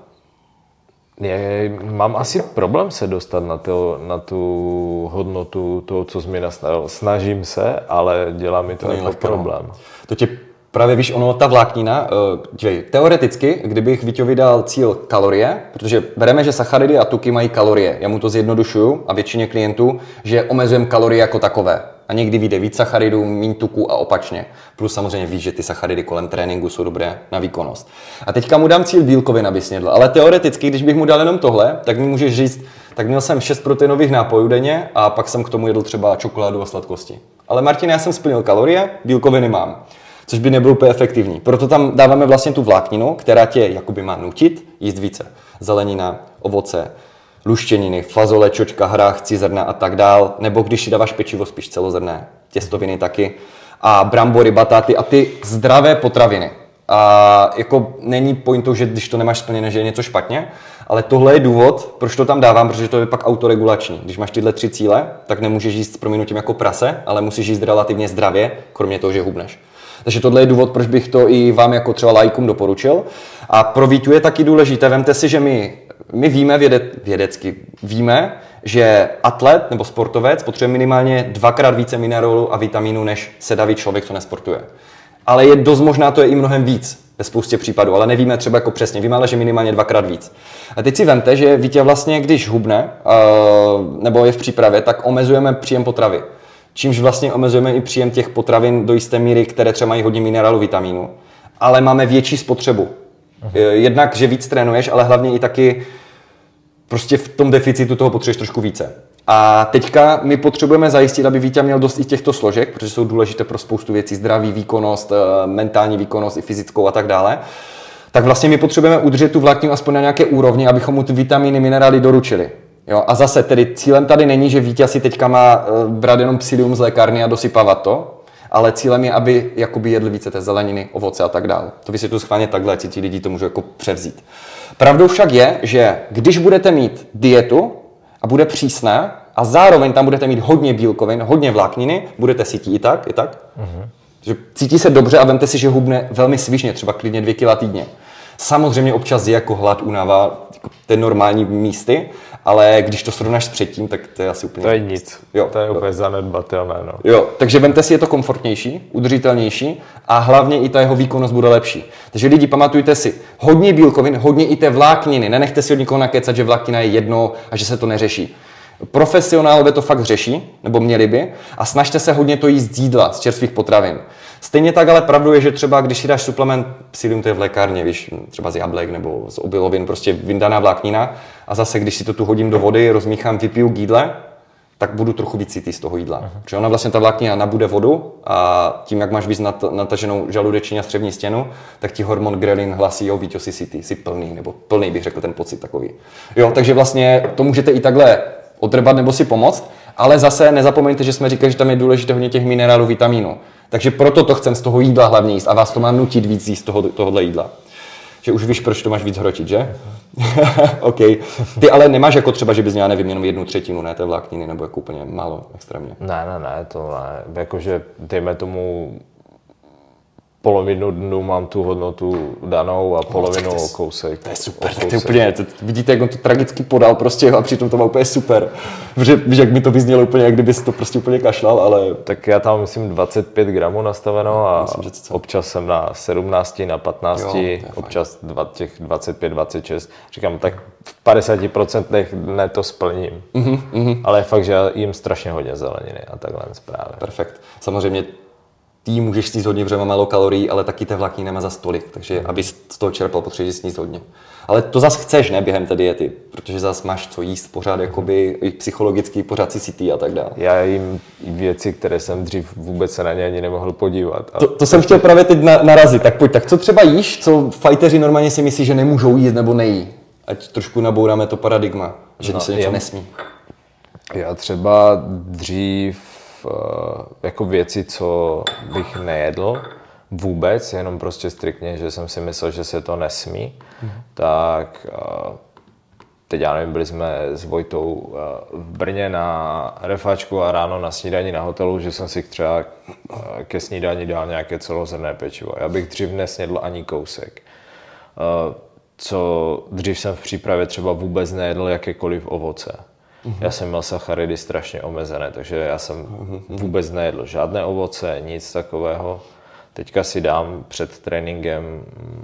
Je, mám asi problém se dostat na, to, na tu hodnotu toho, co jsi mi nastavil. Snažím se, ale dělá mi to, to jako problém. To tě právě víš, ono, ta vláknina, dívej, teoreticky, kdybych Víťovi dal cíl kalorie, protože bereme, že sacharidy a tuky mají kalorie, já mu to zjednodušuju a většině klientů, že omezujeme kalorie jako takové. A někdy vyjde víc sacharidů, méně tuků a opačně. Plus samozřejmě víš, že ty sacharidy kolem tréninku jsou dobré na výkonnost. A teďka mu dám cíl bílkovin, aby snědl. Ale teoreticky, když bych mu dal jenom tohle, tak mi můžeš říct, tak měl jsem šest proteinových nápojů denně a pak jsem k tomu jedl třeba čokoládu a sladkosti. Ale Martin, já jsem splnil kalorie, bílkoviny mám. Což by nebylo úplně efektivní. Proto tam dáváme vlastně tu vlákninu, která tě jakoby má nutit jíst více. Zelenina, ovoce, luštěniny, fazole, čočka, hrách, zrna a tak dál. Nebo když si dáváš pečivo, spíš celozrnné, těstoviny taky. A brambory, batáty a ty zdravé potraviny. A jako není pointou, že když to nemáš splněné, že je něco špatně, ale tohle je důvod, proč to tam dávám, protože to je pak autoregulační. Když máš tyhle tři cíle, tak nemůžeš jíst s prominutím jako prase, ale musíš jíst relativně zdravě, kromě toho, že hubneš. Takže tohle je důvod, proč bych to i vám jako třeba laikům doporučil. A pro Víťu je taky důležité, vemte si, že my, my víme věde, vědecky, víme, že atlet nebo sportovec potřebuje minimálně dvakrát více minerálů a vitamínů než sedavý člověk, co nesportuje. Ale je dost možná, to je i mnohem víc ve spoustě případů, ale nevíme třeba jako přesně, víme ale, že minimálně dvakrát víc. A teď si vemte, že Vítě vlastně, když hubne nebo je v přípravě, tak omezujeme příjem potravy. Čímž vlastně omezujeme i příjem těch potravin do jisté míry, které třeba mají hodně minerálu, vitamínu, ale máme větší spotřebu. Aha. Jednak, že víc trénuješ, ale hlavně i taky prostě v tom deficitu toho potřebuješ trošku více. A teďka my potřebujeme zajistit, aby Vítě měl dost i těchto složek, protože jsou důležité pro spoustu věcí, zdraví, výkonnost, mentální výkonnost i fyzickou a tak dále. Tak vlastně my potřebujeme udržet tu vlákninu aspoň na nějaké úrovni, abychom mu ty vitamíny, minerály doručili. Jo, a zase tedy cílem tady není, že Vítě si teďka má brát jenom psyllium z lékárny a dosypávat to, ale cílem je, aby jakoby jedl více té zeleniny, ovoce a tak dále. To vysvětluji schválně takhle, ať si ti lidi to můžou jako převzít. Pravdou však je, že když budete mít dietu a bude přísná a zároveň tam budete mít hodně bílkovin, hodně vlákniny, budete sytí i tak, i tak. Uh-huh. Že cítí se dobře a vemte si, že hubne velmi svižně, třeba klidně dvě kila týdně. Samozřejmě občas je jako hlad, únava, jako ty normální místy, ale když to srovnáš s předtím, tak to je asi úplně... To je nic, jo, to je úplně zanedbatelné. No. Jo, takže vemte si, je to komfortnější, udržitelnější a hlavně i ta jeho výkonnost bude lepší. Takže lidi, pamatujte si, hodně bílkovin, hodně i té vlákniny, nenechte si od nikoho nakecat, že vláknina je jedno a že se to neřeší. Profesionálové to fakt řeší, nebo měli by, a snažte se hodně to jíst z jídla, z čerstvých potravin. Stejně tak ale pravdou je, že třeba když si dáš suplement, psyllium, to je v lékárně, víš, třeba z jablek nebo z obilovin, prostě vyndaná vláknina, a zase když si to tu hodím do vody, rozmíchám, vypiju k jídle, tak budu trochu víc sytý z toho jídla. Uh-huh. Protože ona vlastně ta vláknina nabude vodu a tím, jak máš víc nat- nataženou žaludeční a střevní stěnu, tak ti hormon grelin hlasí, jo, Víťo, si sytý, jsi plný, nebo plný bych řekl ten pocit takový. Jo, takže vlastně to můžete i takhle odrbat nebo si pomoct, ale zase nezapomeňte, že jsme říkali, že tam je důležité hodně těch minerálů, vitamínů. Takže proto to chcem z toho jídla hlavně jíst a vás to má nutit víc jíst toho, tohohle jídla. Že už víš, proč to máš víc hrotit, že? OK. Ty ale nemáš jako třeba, že bys měla, nevím, jenom jednu třetinu, ne, té vlákniny, nebo jako úplně málo, extrémně. Ne, ne, ne, to ne. Jakože, dejme tomu, polovinu dnu mám tu hodnotu danou a polovinu no, kousek. To je super, to je úplně, to, vidíte, jak on to tragicky podal prostě a přitom to má úplně super. Protože víš, jak mi to vyznělo úplně, jak kdyby si to prostě úplně kašlal, ale... Tak já tam myslím dvacet pět gramů nastaveno a myslím, občas jsem na sedmnáct, na patnáct, jo, občas dva, těch dvacet pět, dvacet šest. Říkám, tak v padesáti procentech dne to splním. Mm-hmm, mm-hmm. Ale je fakt, že já jím strašně hodně zeleniny a takhle právě. Perfekt. Samozřejmě ty můžeš sníst hodně, protože má málo kalorií, ale taky té vlákniny nemá za tolik, takže aby z toho čerpal, potřebuješ sníst hodně. Ale to zas chceš, ne, během té diety, protože zas máš co jíst pořád, jakoby i psychologicky, pořád si sytý a tak dále. Já jím věci, které jsem dřív vůbec se na ně ani nemohl podívat. A... To, to jsem chtěl právě teď na, narazit, tak pojď, tak co třeba jíš, co fajteři normálně si myslí, že nemůžou jíst nebo nejí? Ať trošku nabouráme to paradigma, že no, se něco já, nesmí. Já třeba dřív jako věci, co bych nejedl vůbec, jenom prostě striktně, že jsem si myslel, že se to nesmí, mm. tak teď já nevím, byli jsme s Vojtou v Brně na refáčku a ráno na snídani na hotelu, že jsem si třeba ke snídani dal nějaké celozrnné pečivo. Já bych dřív nesnědl ani kousek. Co dřív jsem v přípravě třeba vůbec nejedl jakékoliv ovoce. Uhum. Já jsem měl sacharidy strašně omezené, takže já jsem uhum. vůbec nejedl žádné ovoce, nic takového. Teďka si dám před tréninkem,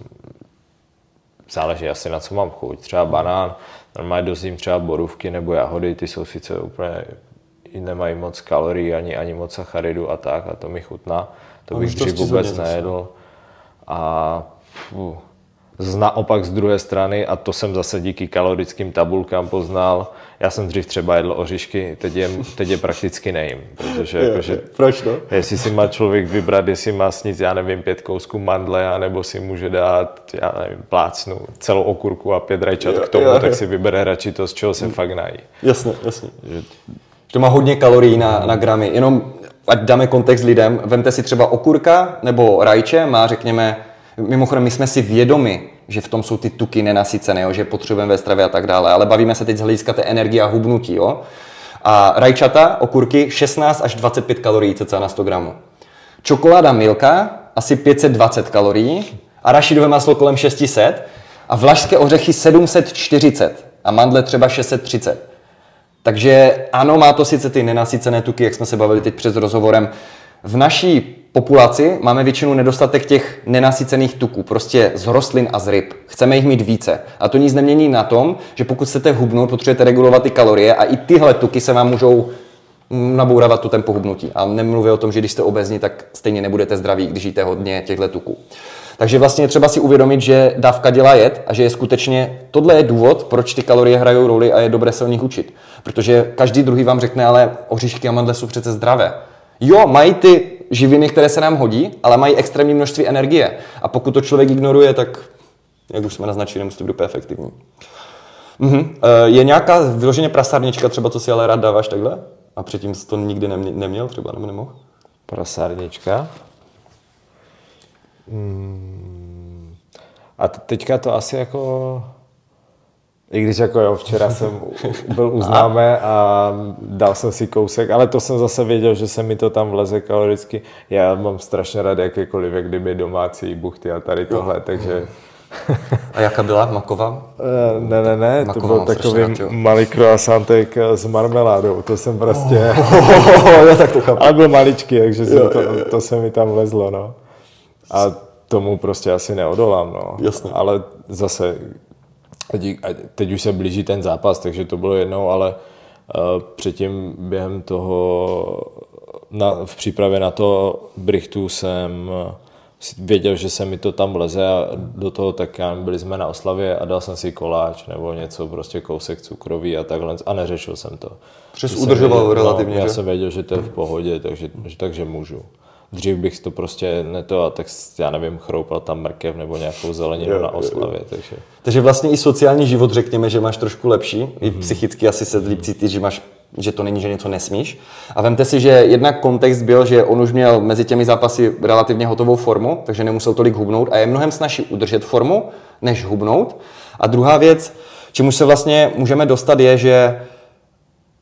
záleží asi na co mám chuť, třeba banán, normálně dozím třeba borůvky nebo jahody, ty jsou sice úplně, nemají moc kalorií ani, ani moc sacharidu a tak a to mi chutná, to bych dřív vůbec nejedl. A fuh, naopak z druhé strany, a to jsem zase díky kalorickým tabulkám poznal, já jsem dřív třeba jedl oříšky, teď je, teď je prakticky nejím, protože je, jakože, proč to? Jestli si má člověk vybrat, jestli má sníst, já nevím, pět kousků mandle, anebo si může dát, já nevím, plácnu celou okurku a pět rajčat k tomu, je, tak je. si vybere radši to, z čeho se fakt nají. Jasně, jasně. Že... To má hodně kalorií na, na gramy, jenom ať dáme kontext lidem, vemte si třeba okurka nebo rajče, má řekněme, mimochodem my jsme si vědomi, že v tom jsou ty tuky nenasycené, jo, že potřebujeme ve stravě a tak dále, ale bavíme se teď z hlediska té energie a hubnutí. Jo. A rajčata, okurky, šestnáct až dvacet pět kalorií cca na sto gramů. Čokoláda Milka, asi pět set dvacet kalorií, arašidové maslo kolem šest set a vlašské ořechy sedm set čtyřicet a mandle třeba šest set třicet. Takže ano, má to sice ty nenasycené tuky, jak jsme se bavili teď před rozhovorem. V naší populaci máme většinou nedostatek těch nenasycených tuků, prostě z rostlin a z ryb. Chceme jich mít více. A to nic nemění na tom, že pokud chcete hubnout, potřebujete regulovat ty kalorie a i tyhle tuky se vám můžou nabourávat to tempo hubnutí. A nemluvím o tom, že když jste obezní, tak stejně nebudete zdraví, když jíte hodně těchto tuků. Takže vlastně je třeba si uvědomit, že dávka dělá jed a že je skutečně, tohle je důvod, proč ty kalorie hrajou roli a je dobré se o nich učit. Protože každý druhý vám řekne, ale oříšky a mandle jsou přece zdravé. Jo, mají ty živiny, které se nám hodí, ale mají extrémní množství energie. A pokud to člověk ignoruje, tak, jak už jsme naznačili, nemusí to být úplně efektivní. Mhm. Je nějaká vyloženě prasárnička třeba, co si ale rád dáváš takhle? A předtím jsi to nikdy neměl třeba, nebo nemohl? Prasárnička? Hmm. A teďka to asi jako... I když jako jo, včera jsem byl u známé a dal jsem si kousek, ale to jsem zase věděl, že se mi to tam vleze kaloricky. Já mám strašně rád jakékoliv, jak kdyby domácí buchty a tady tohle, takže... A jaká byla? Maková? Ne, ne, ne, Maková, to byl takový rád, malý croissantek s marmeládou, to jsem prostě... Oh, oh, já tak to chápu. Ale byl maličký, takže jo, to, jo, jo. to se mi tam vlezlo, no. A tomu prostě asi neodolám, no. Jasně. Ale zase... Teď už se blíží ten zápas, takže to bylo jednou, ale uh, předtím během toho, na, v přípravě na to brichtu jsem věděl, že se mi to tam vleze a do toho tak byli jsme na oslavě a dal jsem si koláč nebo něco, prostě kousek cukroví a takhle a neřešil jsem to. Přes udržoval věděl, relativně, no, že? Já jsem věděl, že to je v pohodě, takže, takže můžu. Dřív bych to prostě neto a tak já nevím, chroupal tam mrkev nebo nějakou zeleninu jo, na oslavě. Jo, jo. Takže. takže vlastně i sociální život řekněme, že máš trošku lepší, mm-hmm. i psychicky asi se líp cítíš, že, máš, že to není, že něco nesmíš. A vemte si, že jednak kontext byl, že on už měl mezi těmi zápasy relativně hotovou formu, takže nemusel tolik hubnout a je mnohem snazší udržet formu, než hubnout. A druhá věc, čemu se vlastně můžeme dostat je, že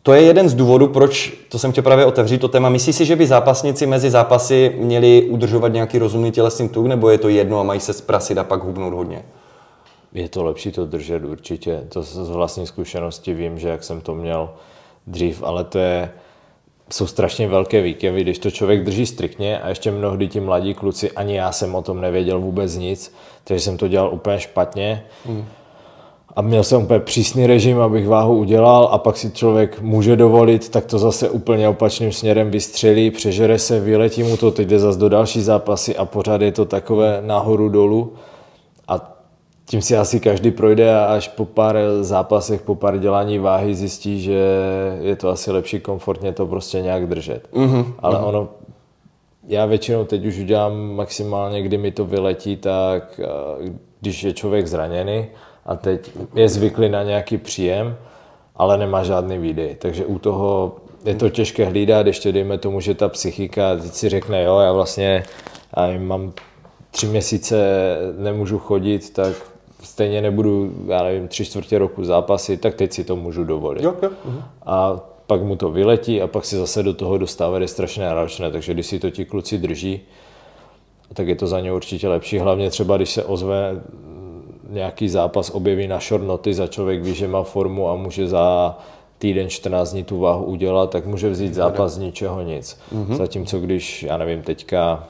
to je jeden z důvodů, proč, to jsem chtěl právě otevřít, to téma. Myslíš si, že by zápasníci mezi zápasy měli udržovat nějaký rozumný tělesný tuk, nebo je to jedno a mají se zprasit a pak hubnout hodně? Je to lepší to držet určitě. To z vlastní zkušenosti vím, že jak jsem to měl dřív, ale to je, jsou strašně velké výkyvy, když to člověk drží striktně a ještě mnohdy ti mladí kluci, ani já jsem o tom nevěděl vůbec nic, takže jsem to dělal úplně špatně. Hmm. A měl jsem úplně přísný režim, abych váhu udělal a pak si člověk může dovolit, tak to zase úplně opačným směrem vystřelí, přežere se, vyletí mu to, teď jde zase do další zápasy a pořád je to takové nahoru dolů. A tím si asi každý projde a až po pár zápasech, po pár dělání váhy zjistí, že je to asi lepší komfortně to prostě nějak držet. Mm-hmm. Ale ono, já většinou teď už udělám maximálně, kdy mi to vyletí, tak když je člověk zraněný a teď je zvyklý na nějaký příjem, ale nemá žádný výdej. Takže u toho je to těžké hlídat, ještě dejme tomu, že ta psychika teď si řekne, jo, já vlastně já mám tři měsíce nemůžu chodit, tak stejně nebudu, já nevím, tři čtvrtě roku zápasy, tak teď si to můžu dovolit. Jo, jo. A pak mu to vyletí a pak si zase do toho dostává, je strašně náročné, takže když si to ti kluci drží, tak je to za ně určitě lepší. Hlavně třeba, když se ozve nějaký zápas, objeví na short notice a člověk ví, že má formu a může za týden, čtrnáct dní tu váhu udělat, tak může vzít zápas z ničeho nic. Mm-hmm. Zatímco když, já nevím, teďka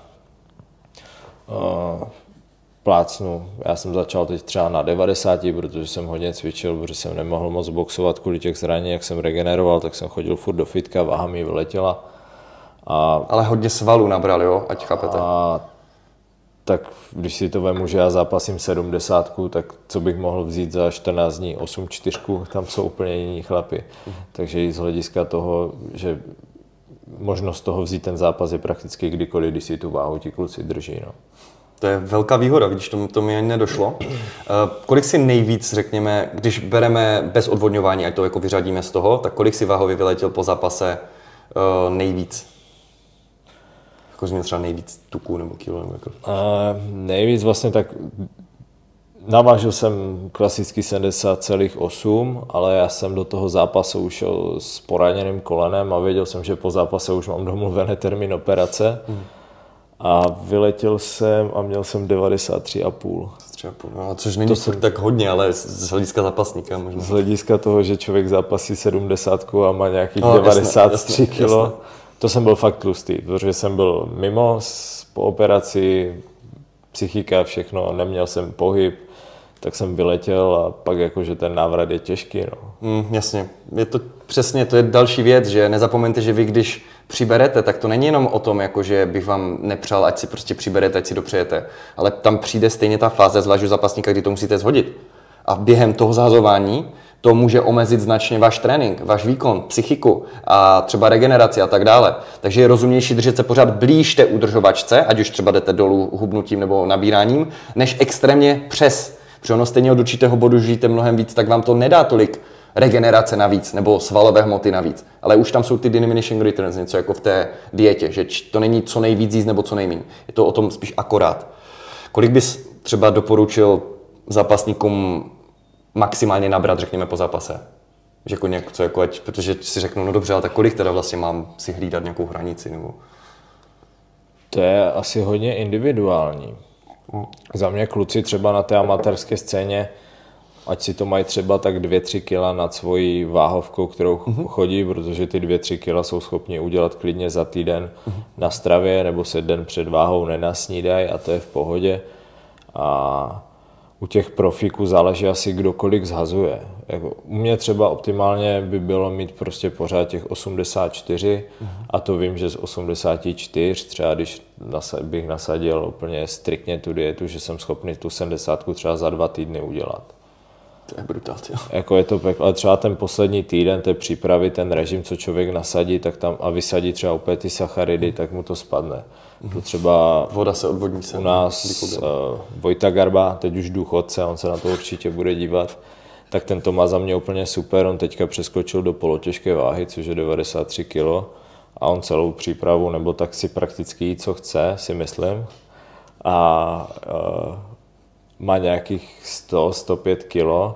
uh, plácnu, já jsem začal teď třeba na devadesáti, protože jsem hodně cvičil, protože jsem nemohl moc boxovat kvůli těch zranění, jak jsem regeneroval, tak jsem chodil furt do fitka, váha mi vyletěla. A, ale hodně svalů nabral, jo, ať chápete. A tak když si to vemu, že já zápasím sedmdesátku, tak co bych mohl vzít za čtrnáct dní, osm čtyřku, tam jsou úplně jiní chlapi. Mm. Takže i z hlediska toho, že možnost toho vzít ten zápas je prakticky kdykoliv, když si tu váhu ti kluci drží. No. To je velká výhoda, když to, to mi ani nedošlo. Uh, kolik si nejvíc, řekněme, když bereme bez odvodňování, ať to jako vyřadíme z toho, tak kolik si váhově vyletěl po zápase uh, nejvíc? Jako jsi měl třeba nejvíc tuků nebo kilo? Nebo jako... uh, nejvíc vlastně tak navážil jsem klasicky sedmdesát celá osm, ale já jsem do toho zápasu ušel s poraněným kolenem a věděl jsem, že po zápase už mám domluvený termín operace. Mm. A vyletěl jsem a měl jsem devadesát tři celá pět. No, což není to jsem... tak hodně, ale z hlediska zápasníka možná. Z hlediska toho, že člověk zápasí sedmdesát a má nějakých no, devadesát tři kilo. To jsem byl fakt tlustý, protože jsem byl mimo po operaci, psychika, všechno, neměl jsem pohyb, tak jsem vyletěl a pak jakože ten návrat je těžký. No. Mm, jasně, je to přesně, to je další věc, že nezapomeňte, že vy když přiberete, tak to není jenom o tom, jako že bych vám nepřál, ať si prostě přiberete, ať si dopřejete, ale tam přijde stejně ta fáze, zvlášť u zápasníka, kdy to musíte shodit. A během toho zhazování to může omezit značně váš trénink, váš výkon, psychiku a třeba regeneraci a tak dále. Takže je rozumnější držet se pořád blíž té udržovačce, ať už třeba jdete dolů hubnutím nebo nabíráním, než extrémně přes. Protože ono stejně od určitého bodu žijete mnohem víc, tak vám to nedá tolik regenerace navíc nebo svalové hmoty navíc. Ale už tam jsou ty diminishing returns, něco jako v té dietě, že to není co nejvíc jíst nebo co nejméně. Je to o tom spíš akorát. Kolik bys třeba doporučil zápasníkům maximálně nabrat, řekněme, po zápase? Že jako něco, jako ať, protože si řeknu, no dobře, ale tak kolik teda vlastně mám si hlídat nějakou hranici? Nebo... To je asi hodně individuální. Hmm. Za mě kluci třeba na té amatérské scéně, ať si to mají třeba tak dvě tři kila nad svojí váhovkou, kterou mm-hmm. chodí, protože ty dvě tři kila jsou schopni udělat klidně za týden mm-hmm. na stravě, nebo se den před váhou nenasnídají a to je v pohodě. A u těch profíků záleží asi kdokoliv zhazuje. Jako u mě třeba optimálně by bylo mít prostě pořád těch osmdesát čtyři mm-hmm. a to vím, že z osmdesát čtyři, třeba když bych nasadil úplně striktně tu dietu, že jsem schopný tu sedmdesátku třeba za dva týdny udělat. To je brutál, jo. Jako je to peklo, ale třeba ten poslední týden té přípravy, ten režim, co člověk nasadí, tak tam a vysadí třeba opět ty sacharidy, tak mu to spadne. Mm. To třeba voda se odvodní se. U nás uh, Vojta Garba, teď už důchodce, on se na to určitě bude dívat, tak ten to má za mě úplně super, on teďka přeskočil do polotěžké váhy, což je devadesát tři kilo a on celou přípravu, nebo tak si prakticky jí, co chce, si myslím. A uh, má nějakých sto až sto pět kilo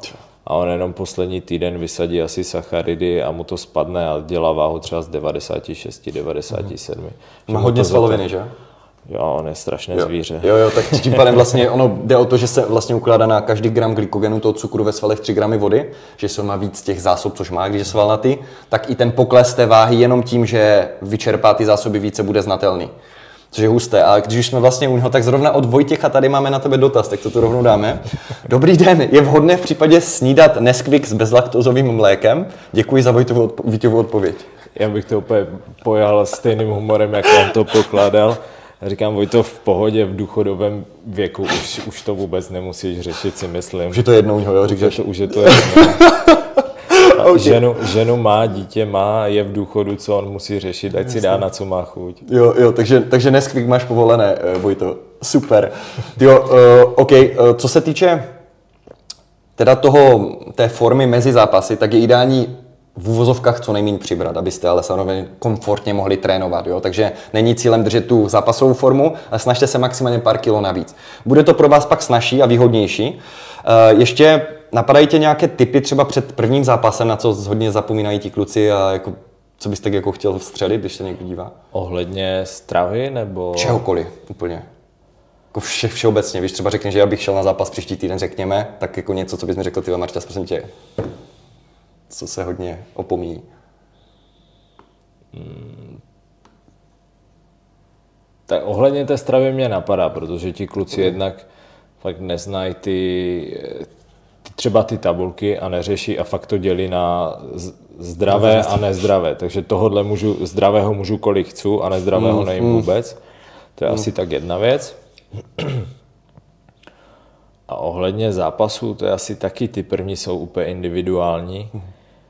a on jenom poslední týden vysadí asi sacharidy a mu to spadne a dělá váhu třeba z devadesát šest, devadesát sedm. Má hodně svaloviny, že? Jo, on je strašné jo. zvíře. Jo, jo, tak tím pádem vlastně ono jde o to, že se vlastně ukládá na každý gram glykogenu toho cukru ve svalech tři gramy vody, že se má víc těch zásob, což má, když je svalnatý, tak i ten pokles té váhy jenom tím, že vyčerpá ty zásoby více, bude znatelný. Což je husté. A když už jsme vlastně u něho, tak zrovna od Vojtěcha tady máme na tebe dotaz, tak to tu rovnou dáme. Dobrý den, je vhodné v případě snídat Nesquik s bezlaktozovým mlékem? Děkuji za Vojtovu odpo- Víťovu odpověď. Já bych to úplně pojal stejným humorem, jak on to pokládal. Říkám, Vojto, v pohodě, v důchodovém věku už, už to vůbec nemusíš řešit, si myslím. Už je to jednou, jo, říkáš. Už je to jednou. Okay. Ženu, ženu má, dítě má, je v důchodu, co on musí řešit, ať si dá, na co má chuť. Jo, jo, takže, takže Nesquik máš povolené, Vojto. Super. Jo, uh, OK, uh, co se týče teda toho, té formy mezi zápasy, tak je ideální v uvozovkách co nejméně přibrat, abyste ale samozřejmě komfortně mohli trénovat. Jo? Takže není cílem držet tu zápasovou formu, ale snažte se maximálně pár kilo navíc. Bude to pro vás pak snazší a výhodnější. Uh, ještě napadají tě nějaké tipy třeba před prvním zápasem, na co hodně zapomínají ti kluci a jako, co byste jako chtěl vstřelit, když se někdo dívá? Ohledně stravy nebo? Čehokoliv, úplně. Jako vše, všeobecně, když třeba řekneš, že já bych šel na zápas příští týden, řekněme, tak jako něco, co bys mi řekl, ty Marta, prosím tě, co se hodně opomíjí. Hmm. Tak ohledně té stravy mě napadá, protože ti kluci mm. jednak fakt neznají ty, ty, třeba ty tabulky a neřeší a fakt to dělí na zdravé a nezdravé. Takže tohodle můžu, zdravého můžu kolik chci a nezdravého mm. nejím vůbec. To je mm. asi tak jedna věc. A ohledně zápasů, to je asi taky, ty první jsou úplně individuální. Mm.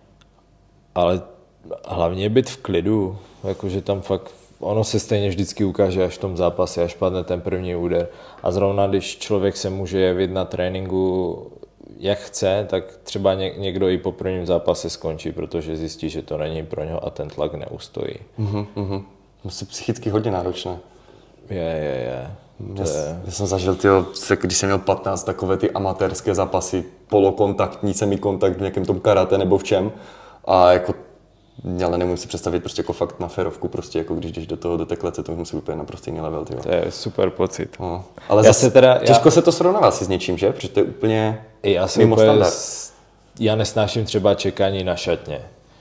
Ale hlavně být v klidu, jakože tam fakt, ono se stejně vždycky ukáže až v tom zápase, až padne ten první úder. A zrovna když člověk se může jevit na tréninku jak chce, tak třeba někdo i po prvním zápase skončí, protože zjistí, že to není pro něho a ten tlak neustojí. Mhm, mhm. Musí psychicky hodně náročné. Je, je, je. Já, je. já jsem zažil, tyjo, když jsem měl patnáct, takové ty amatérské zápasy, polokontaktní, semikontakt v nějakém tom karate nebo v čem. A jako, ale nemůžu si představit prostě jako fakt na férovku, prostě jako když jdeš do toho, do té klece, to musí být naprosto jiný level, tyjo. To je super pocit. No. Ale já zase, se teda, těžko já... se to srovnává si s něčím, že? Protože to je úplně já mimo úplně standard. S... Já nesnáším třeba čekání na šatně.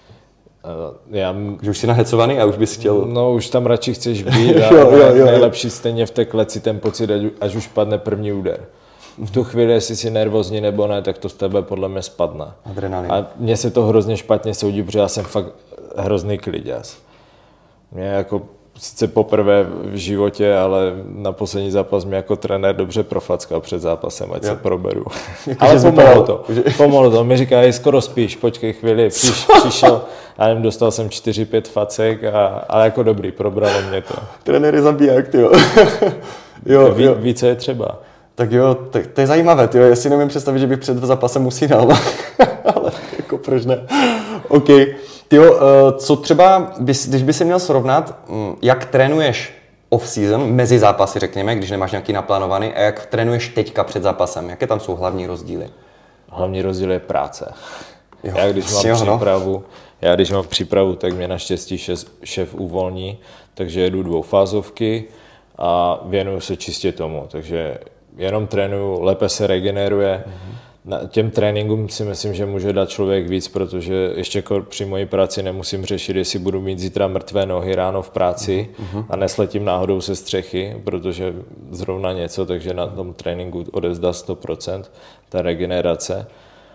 Já... Že už jsi nahecovaný a už bys chtěl... No už tam radši chceš být a jo, jo, jo, nejlepší stejně v té kleci ten pocit, až už padne první úder. V tu chvíli, jestli jsi nervózní nebo ne, tak to z tebe podle mě spadne. Adrenalin. A mně se to hrozně špatně soudí, protože já jsem fakt hrozný kliďas. Mě jako sice poprvé v životě, ale na poslední zápas mě jako trenér dobře profackal před zápasem, ať jo. se proberu. Jako ale pomohlo to. Pomohlo to. Mi říká, skoro spíš, počkej chvíli, Přiš, přišel a nevím, dostal jsem čtyři pět facek, a, ale jako dobrý, probralo mě to. Trenér je zabiják, tyjo. jo, Ví, jo. Více je třeba. Tak jo, tak to je zajímavé, tyjo. Já si nevím představit, že bych před zápasem usínal, ale jako proč ne. OK. Tyjo, co třeba, když by si měl srovnat, jak trénuješ off-season, mezi zápasy řekněme, když nemáš nějaký naplánovaný, a jak trénuješ teďka před zápasem, jaké tam jsou hlavní rozdíly? Hlavní rozdíl je práce. Jo, já, když mám jo, přípravu, no. já když mám přípravu, tak mě naštěstí šef, šef uvolní, takže jedu dvoufázovky a věnuju se čistě tomu, takže jenom trénuju, lépe se regeneruje. Mm-hmm. Na těm tréninkům si myslím, že může dát člověk víc, protože ještě při mojí práci nemusím řešit, jestli budu mít zítra mrtvé nohy ráno v práci mm-hmm. a nesletím náhodou se střechy, protože zrovna něco, takže na tom tréninku odezdá sto procent ta regenerace.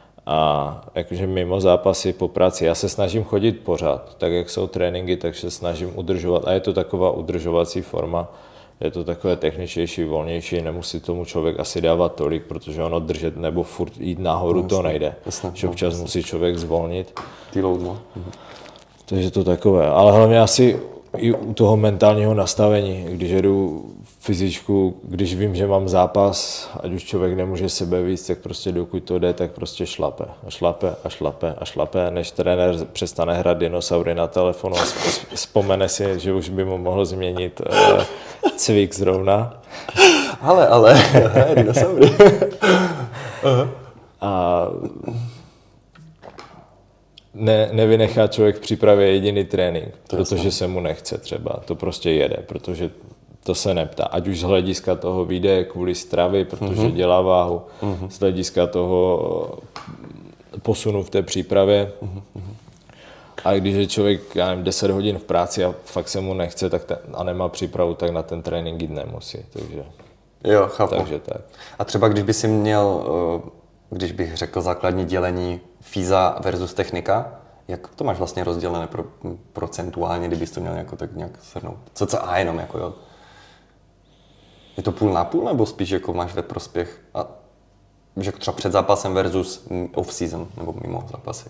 A jakože mimo zápasy po práci, já se snažím chodit pořád, tak jak jsou tréninky, tak se snažím udržovat a je to taková udržovací forma. Je to takové techničtější, volnější, nemusí tomu člověk asi dávat tolik, protože ono držet nebo furt jít nahoru no, to nejde. Jasně, že občas jasně. musí člověk zvolnit. Deload, no. Mhm. Takže to takové. Ale hlavně asi i u toho mentálního nastavení, když jedu fyzičku, když vím, že mám zápas, ať už člověk nemůže sebe víc, tak prostě dokud to jde, tak prostě šlape. A šlape a šlape a šlape, než trenér přestane hrát dinosaury na telefonu a vzpomene si, že už by mu mohl změnit uh, cvik zrovna. Ale, ale, dinosaury. A ne, nevynechá člověk v přípravě jediný trénink, to protože jasný. se mu nechce třeba. To prostě jede, protože to se neptá. Ať už z hlediska toho vyjde kvůli stravy, protože mm-hmm. dělá váhu, mm-hmm. z hlediska toho posunu v té přípravě. Mm-hmm. A když je člověk, já nevím, deset hodin v práci a fakt se mu nechce tak ten, a nemá přípravu, tak na ten trénink jít nemusí. Takže, jo, chápu. takže tak. A třeba když by si měl, když bych řekl základní dělení fyza versus technika, jak to máš vlastně rozdělené pro, procentuálně, kdybys to měl jako tak nějak shrnout? Co co a jenom jako jo? Je to půl na půl, nebo spíš jako máš ve prospěch? A že třeba před zápasem versus off-season, nebo mimo zápasy?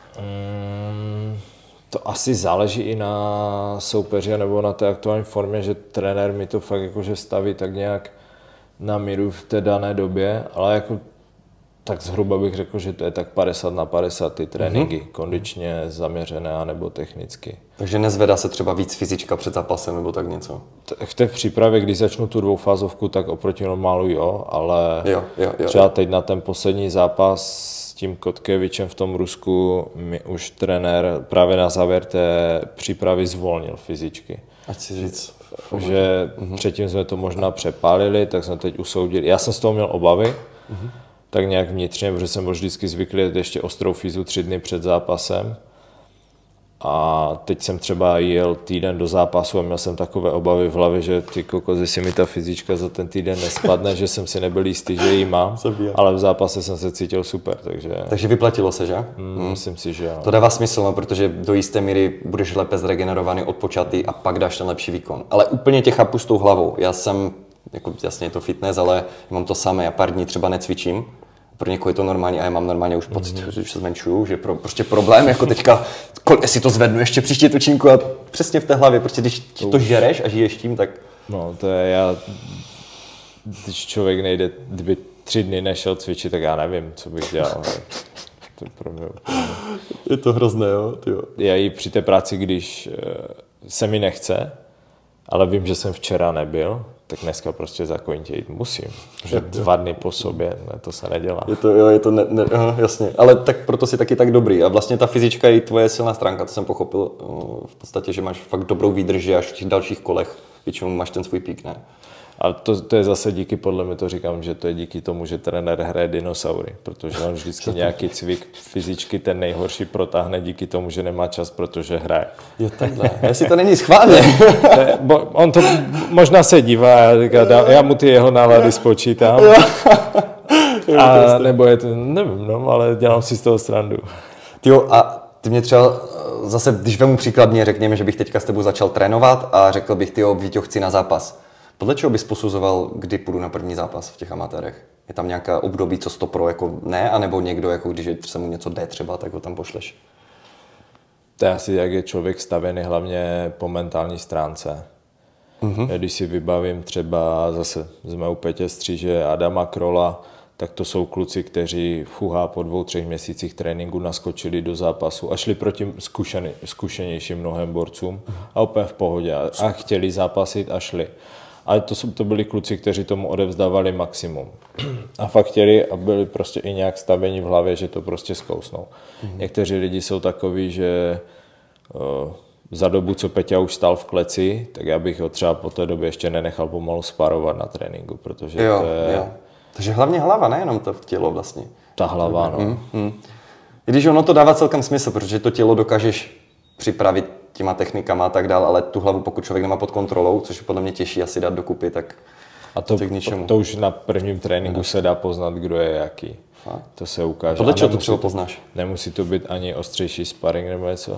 Mm, to asi záleží i na soupeři nebo na té aktuální formě, že trenér mi to fakt jakože staví tak nějak na míru v té dané době, ale jako tak zhruba bych řekl, že to je tak padesát na padesát ty tréninky, mm-hmm. kondičně zaměřené nebo technicky. Takže nezvedá se třeba víc fyzička před zápasem nebo tak něco? V té přípravě, když začnu tu dvoufázovku, tak oproti normálu jo, ale jo, jo, jo, třeba jo. teď na ten poslední zápas s tím Kotkevičem v tom Rusku mi už trenér právě na závěr té přípravy zvolnil fyzičky. Ať si říct. Že mm-hmm. předtím jsme to možná přepálili, tak jsme teď usoudili. Já jsem z toho měl obavy, mm-hmm. tak nějak vnitřně, protože jsem byl vždycky zvyklý jít ještě ostrou fyzu tři dny před zápasem. A teď jsem třeba jel týden do zápasu a měl jsem takové obavy v hlavě, že ty kokos, jestli mi ta fyzička za ten týden nespadne, že jsem si nebyl jistý, že ji mám, ale v zápase jsem se cítil super, takže... Takže vyplatilo se, že? Mm, hmm. Myslím si, že jo. To dává smysl, no, protože do jisté míry budeš lépe zregenerovaný, odpočatý a pak dáš ten lepší výkon. Ale úplně tě chápu s tou hlavou. Já jsem, jako jasně je to fitness, ale mám to samé, já pár dní třeba necvičím. Pro někoho je to normální a já mám normálně už pocit, mm-hmm. že už se zmenšuju, že pro, prostě problém, jako teďka, kol, jestli to zvednu ještě příští točinku a přesně v té hlavě, prostě když to, to žereš a žiješ tím, tak... No to je já, když člověk nejde, kdyby tři dny nešel cvičit, tak já nevím, co bych dělal. To je, pro mě je to hrozné, jo? Tyjo. Já i při té práci, když se mi nechce, ale vím, že jsem včera nebyl, tak dneska prostě zakonitě jít musím. Že dva dny po sobě, ne, to se nedělá. Je to, jo, je to, ne, ne, aha, jasně. Ale tak proto jsi taky tak dobrý. A vlastně ta fyzička je i tvoje silná stránka, to jsem pochopil v podstatě, že máš fakt dobrou výdrž, až v těch dalších kolech většinou máš ten svůj pík, ne? A to, to je zase díky, podle mě to říkám, že to je díky tomu, že trenér hraje dinosaury, protože on vždycky nějaký cvik fyzičky ten nejhorší protáhne díky tomu, že nemá čas, protože hraje. Jo, takhle. Jestli to není schválně. On to možná se dívá a říká, dá, já mu ty jeho nálady spočítám. A nebo je to, nevím, no, ale dělám si z toho srandu. Tyjo, a ty mě třeba zase, když vemu příkladně, řekněme, že bych teďka s tebou začal trénovat a řekl bych, tyjo, Víťo, chci na zápas. Podle čeho bys posuzoval, kdy půjdu na první zápas v těch amatérech? Je tam nějaká období, co sto pro jako ne, anebo někdo, jako když se mu něco jde třeba, tak ho tam pošleš? To je asi, jak je člověk stavěný hlavně po mentální stránce. Mm-hmm. Když si vybavím třeba zase z mého Petě Stříže Adama Krola, tak to jsou kluci, kteří fuhá po dvou, třech měsících tréninku naskočili do zápasu a šli proti zkušený, zkušenějším mnohem borcům a úplně v pohodě a, a chtěli zápasit a šli. Ale to, jsou, to byli kluci, kteří tomu odevzdávali maximum. A fakt chtěli a byli prostě i nějak stavení v hlavě, že to prostě zkousnou. Mm-hmm. Někteří lidi jsou takoví, že uh, za dobu, co Peťa už stál v kleci, tak já bych ho třeba po té době ještě nenechal pomalu sparovat na tréninku, protože jo, to je... Jo. Takže hlavně hlava, nejenom to tělo vlastně. Ta hlava, no. Mm, mm. I když ono to dává celkem smysl, protože to tělo dokážeš připravit těma technikama a tak dál, ale tu hlavu, pokud člověk nemá pod kontrolou, což je podle mě těžší asi dát dokupy, tak a to, k ničemu. To už na prvním tréninku se dá poznat, kdo je jaký. Fakt? To se ukáže. Podle čeho to třeba poznáš? Nemusí to být ani ostřejší sparring nebo něco.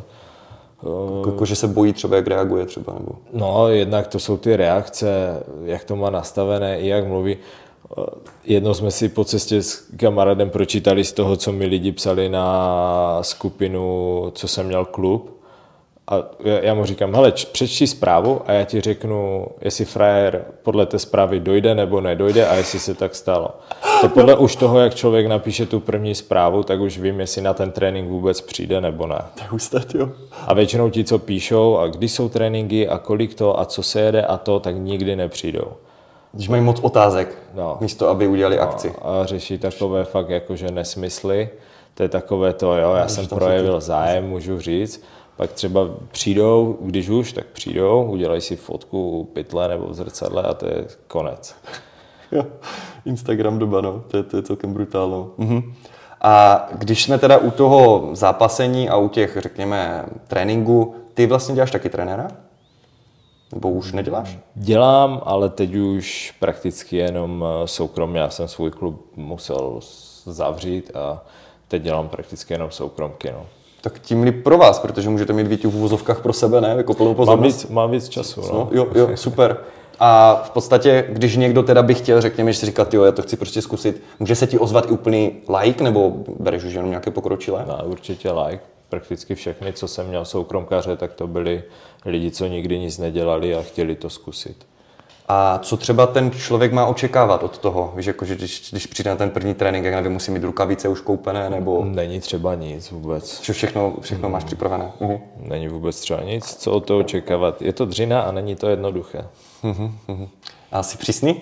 Jako, že se bojí třeba, jak reaguje třeba? Nebo... No, jednak to jsou ty reakce, jak to má nastavené, i jak mluví. Jednou jsme si po cestě s kamarádem pročítali z toho, co mi lidi psali na skupinu, co jsem měl klub. A já mu říkám, hele, přečti zprávu a já ti řeknu, jestli frajer podle té zprávy dojde nebo nedojde a jestli se tak stalo. To podle už toho, jak člověk napíše tu první zprávu, tak už vím, jestli na ten trénink vůbec přijde nebo ne. To je husté, jo. A většinou ti, co píšou a kdy jsou tréninky a kolik to a co se jede a to, tak nikdy nepřijdou. Když mají moc otázek, no. místo aby udělali akci. No, a řeší takové fakt jakože nesmysly. To je takové to, jo, já jsem projevil zájem, můžu říct. Pak třeba přijdou, když už, tak přijdou, udělají si fotku u pytle nebo v zrcadle a to je konec. Jo, Instagram doba, no, to je, to je celkem brutálno. Mhm. A když jsme teda u toho zápasení a u těch, řekněme, tréninku, ty vlastně děláš taky trenéra? Nebo už neděláš? Dělám, ale teď už prakticky jenom soukromně. Já jsem svůj klub musel zavřít a teď dělám prakticky jenom soukromky. No. Tak tím líp pro vás, protože můžete mít víc v uvozovkách pro sebe, ne? Jako plnou pozornost. Mám víc, mám víc času. No. No, jo, jo, super. A v podstatě, když někdo teda by chtěl, řekněme, že si říká, jo, já to chci prostě zkusit, může se ti ozvat i úplný like, nebo bereš už jenom nějaké pokročilé? No, určitě like. Prakticky všechny, co jsem měl soukromkaře, tak to byli lidi, co nikdy nic nedělali a chtěli to zkusit. A co třeba ten člověk má očekávat od toho? Víš, jako, že když, když přijde na ten první trénink, jak nevím, musí mít rukavice už koupené, nebo... Není třeba nic vůbec. Že všechno, všechno máš připravené? Uh-huh. Není vůbec třeba nic, co od toho očekávat. Je to dřina a není to jednoduché. Uh-huh, uh-huh. A jsi přísný?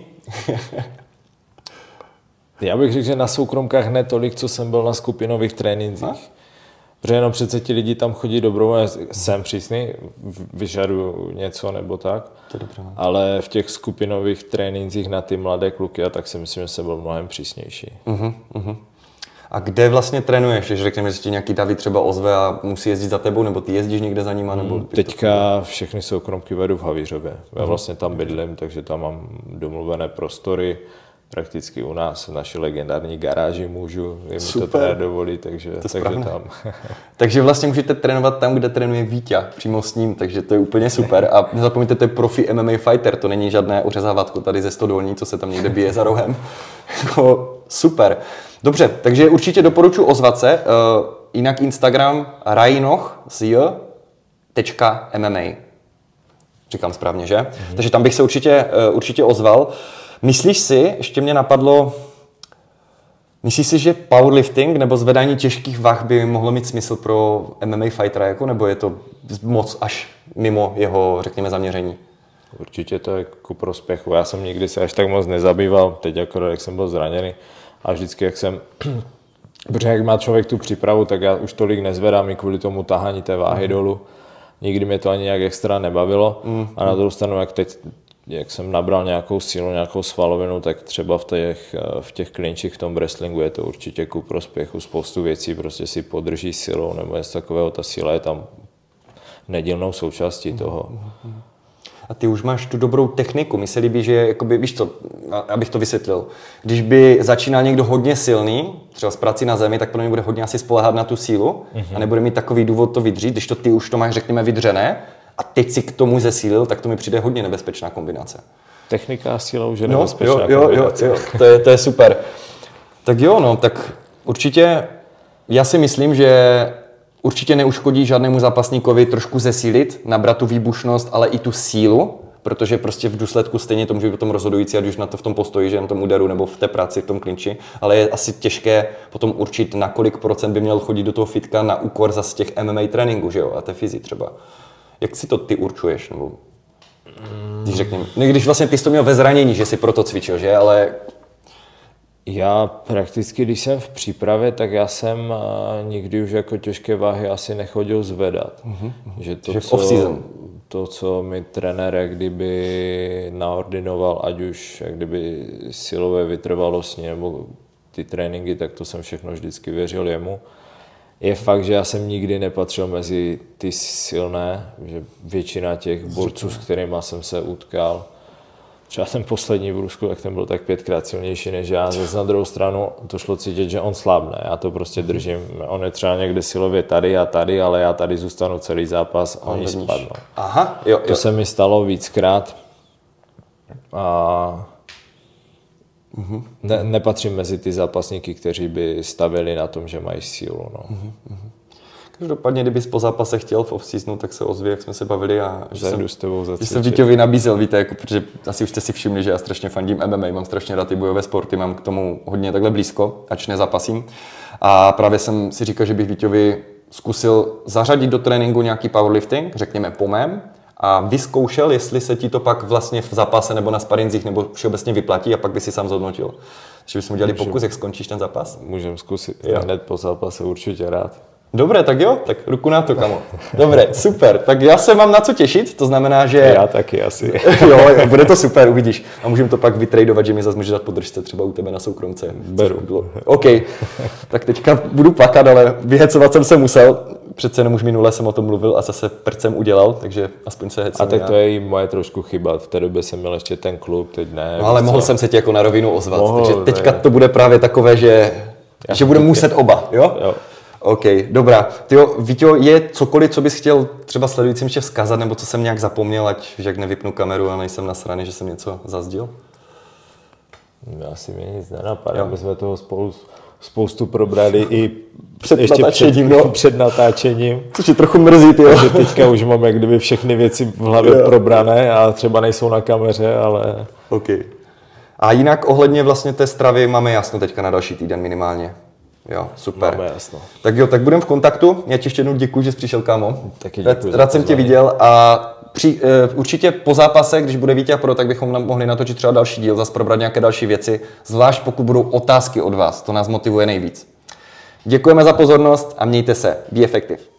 Já bych řekl, že na soukromkách ne tolik, co jsem byl na skupinových trénincích. No? Protože jenom přece ti lidi tam chodí dobrovolně, jsem přísný, vyžaduju něco nebo tak, to je dobré, no. Ale v těch skupinových trénincích na ty mladé kluky, a tak si myslím, že jsem byl mnohem přísnější. Uh-huh, uh-huh. A kde vlastně trénuješ, když řekněme, že ti nějaký David třeba ozve a musí jezdit za tebou, nebo ty jezdíš někde za nima? Nebo Teďka všechny soukromky vedu v Havířově. Já vlastně tam bydlím, takže tam mám domluvené prostory. Prakticky u nás v naší legendární garáži můžu, je mi to teda dovolí, takže, to takže tam. Takže vlastně můžete trénovat tam, kde trénuje Víťa, přímo s ním, takže to je úplně super. A nezapomeňte, to je profi M M A fighter, to není žádné ořezávátko tady ze Stodolní, co se tam někde bije za rohem. Super. Dobře, takže určitě doporučuji ozvat se. Uh, jinak Instagram rajnoch s j tečka mma. Říkám správně, že? Mm-hmm. Takže tam bych se určitě, uh, určitě ozval. Myslíš si, ještě mě napadlo, myslíš si, že powerlifting nebo zvedání těžkých vah by mohlo mít smysl pro M M A fightera, jako, nebo je to moc až mimo jeho, řekněme, zaměření? Určitě to je ku prospěchu. Já jsem nikdy se až tak moc nezabýval, teď akorát, jak jsem byl zraněný a vždycky, jak jsem, protože jak má člověk tu přípravu, tak já už tolik nezvedám i kvůli tomu tahání té váhy mm. dolů. Nikdy mě to ani nějak extra nebavilo mm. a na druhou stranu, jak teď jak jsem nabral nějakou sílu, nějakou svalovinu, tak třeba v těch, v těch klinčích, v tom wrestlingu je to určitě ku prospěchu. Spoustu věcí prostě si podrží silou nebo něco takového, ta síla je tam nedílnou součástí toho. A ty už máš tu dobrou techniku. Mně se líbí, že jakoby, víš co, abych to vysvětlil, když by začínal někdo hodně silný, třeba s prací na zemi, tak pro něj bude hodně asi spoléhat na tu sílu mm-hmm. a nebude mít takový důvod to vydřít, když to ty už to máš, řekněme, vydřené, a teď si k tomu zesílil, tak to mi přijde hodně nebezpečná kombinace. Technika a síla už je nebezpečná no, jo, jo, kombinace. Jo, jo, to je, to je super. Tak jo, no, tak určitě, já si myslím, že určitě neuškodí žádnému zápasníkovi trošku zesílit, nabrat tu výbušnost, ale i tu sílu, protože prostě v důsledku stejně to může být potom rozhodující, ať už na to v tom postoji, že na tom úderu nebo v té práci, v tom klinči, ale je asi těžké potom určit, na kolik procent by měl chodit do toho fitka na úkor zase těch M M A tréninku, že jo, a té fyzi třeba. Jak si to ty určuješ? Nebo když řekněme, když vlastně ty jsi to měl ve zranění, že jsi proto cvičil, že? Ale já prakticky, když jsem v přípravě, tak já jsem nikdy už jako těžké váhy asi nechodil zvedat. Mm-hmm. Že to, v off-season. To, co mi trenér jak kdyby naordinoval, ať už jak kdyby silové vytrvalostní nebo ty tréninky, tak to jsem všechno vždycky věřil jemu. Je fakt, že já jsem nikdy nepatřil mezi ty silné, že většina těch borců, s kterými jsem se utkal, třeba ten poslední v Rusku, tak ten byl tak pětkrát silnější než já. Zase na druhou stranu to šlo cítit, že on slábne. Já to prostě držím. On je třeba někde silově tady a tady, ale já tady zůstanu celý zápas a oni spadnou. Aha, jo, jo. To se mi stalo víckrát. A uh-huh. ne, nepatřím mezi ty zápasníky, kteří by stavili na tom, že mají sílu. No. Uh-huh. Každopádně, kdybys po zápase chtěl v off-seasonu, tak se ozví, jak jsme se bavili a že jsem, s tebou že jsem Víťovi nabízel, víte, jako, protože asi už jste si všimli, že já strašně fandím M M A, mám strašně rád ty bojové sporty, mám k tomu hodně takhle blízko, ač nezápasím. A právě jsem si říkal, že bych Víťovi zkusil zařadit do tréninku nějaký powerlifting, řekněme po mém, a vyzkoušel, jestli se ti to pak vlastně v zápase nebo na sparinzích nebo všeobecně vyplatí a pak by si sám zhodnotil. Takže bychom udělali pokus, jak skončíš ten zápas? Můžeme zkusit jo. hned po zápase, určitě rád. Dobré, tak jo, tak ruku na to, kamo. Dobré, super. Tak já se mám na co těšit, to znamená, že... Já taky asi. Jo, bude to super, uvidíš. A můžeme to pak vytradovat, že mi zase může dát podržce třeba u tebe na soukromce. Beru. OK, tak teďka budu plakat, ale vyhecovat jsem se musel. Přece jenom už minule jsem o tom mluvil a zase prcem udělal, takže aspoň se hecím. A tak to je i moje trošku chyba. V té době jsem měl ještě ten klub, teď ne. No ale mohl co? jsem se ti jako na rovinu ozvat, mohl, takže teďka ne. to bude právě takové, že, že budeme muset oba, jo? Jo. OK, dobrá. Tyjo, Víťo, je cokoliv, co bys chtěl třeba sledujícím ještě vzkazat, nebo co jsem nějak zapomněl, ať že jak nevypnu kameru a nejsem nasraný, že jsem něco zazdil? Asi mě nic nenapadá, my jsme toho spolu spoustu probrali i před ještě natáčením, před, no. před natáčením. Což je trochu mrzí, tyjo. Takže teďka už mám jak kdyby všechny věci v hlavě jo. probrané a třeba nejsou na kameře, ale... OK. A jinak ohledně vlastně té stravy máme jasno teďka na další týden minimálně. Jo, super. Máme jasno. Tak jo, tak budeme v kontaktu. Já ti ještě jednou děkuji, že jsi přišel, kámo. Taky děkuji. Rád jsem tě viděl a při, uh, určitě po zápase, když bude Víťa Pro, tak bychom mohli natočit třeba další díl, zase probrat nějaké další věci, zvlášť pokud budou otázky od vás, to nás motivuje nejvíc. Děkujeme za pozornost a mějte se. Be effective.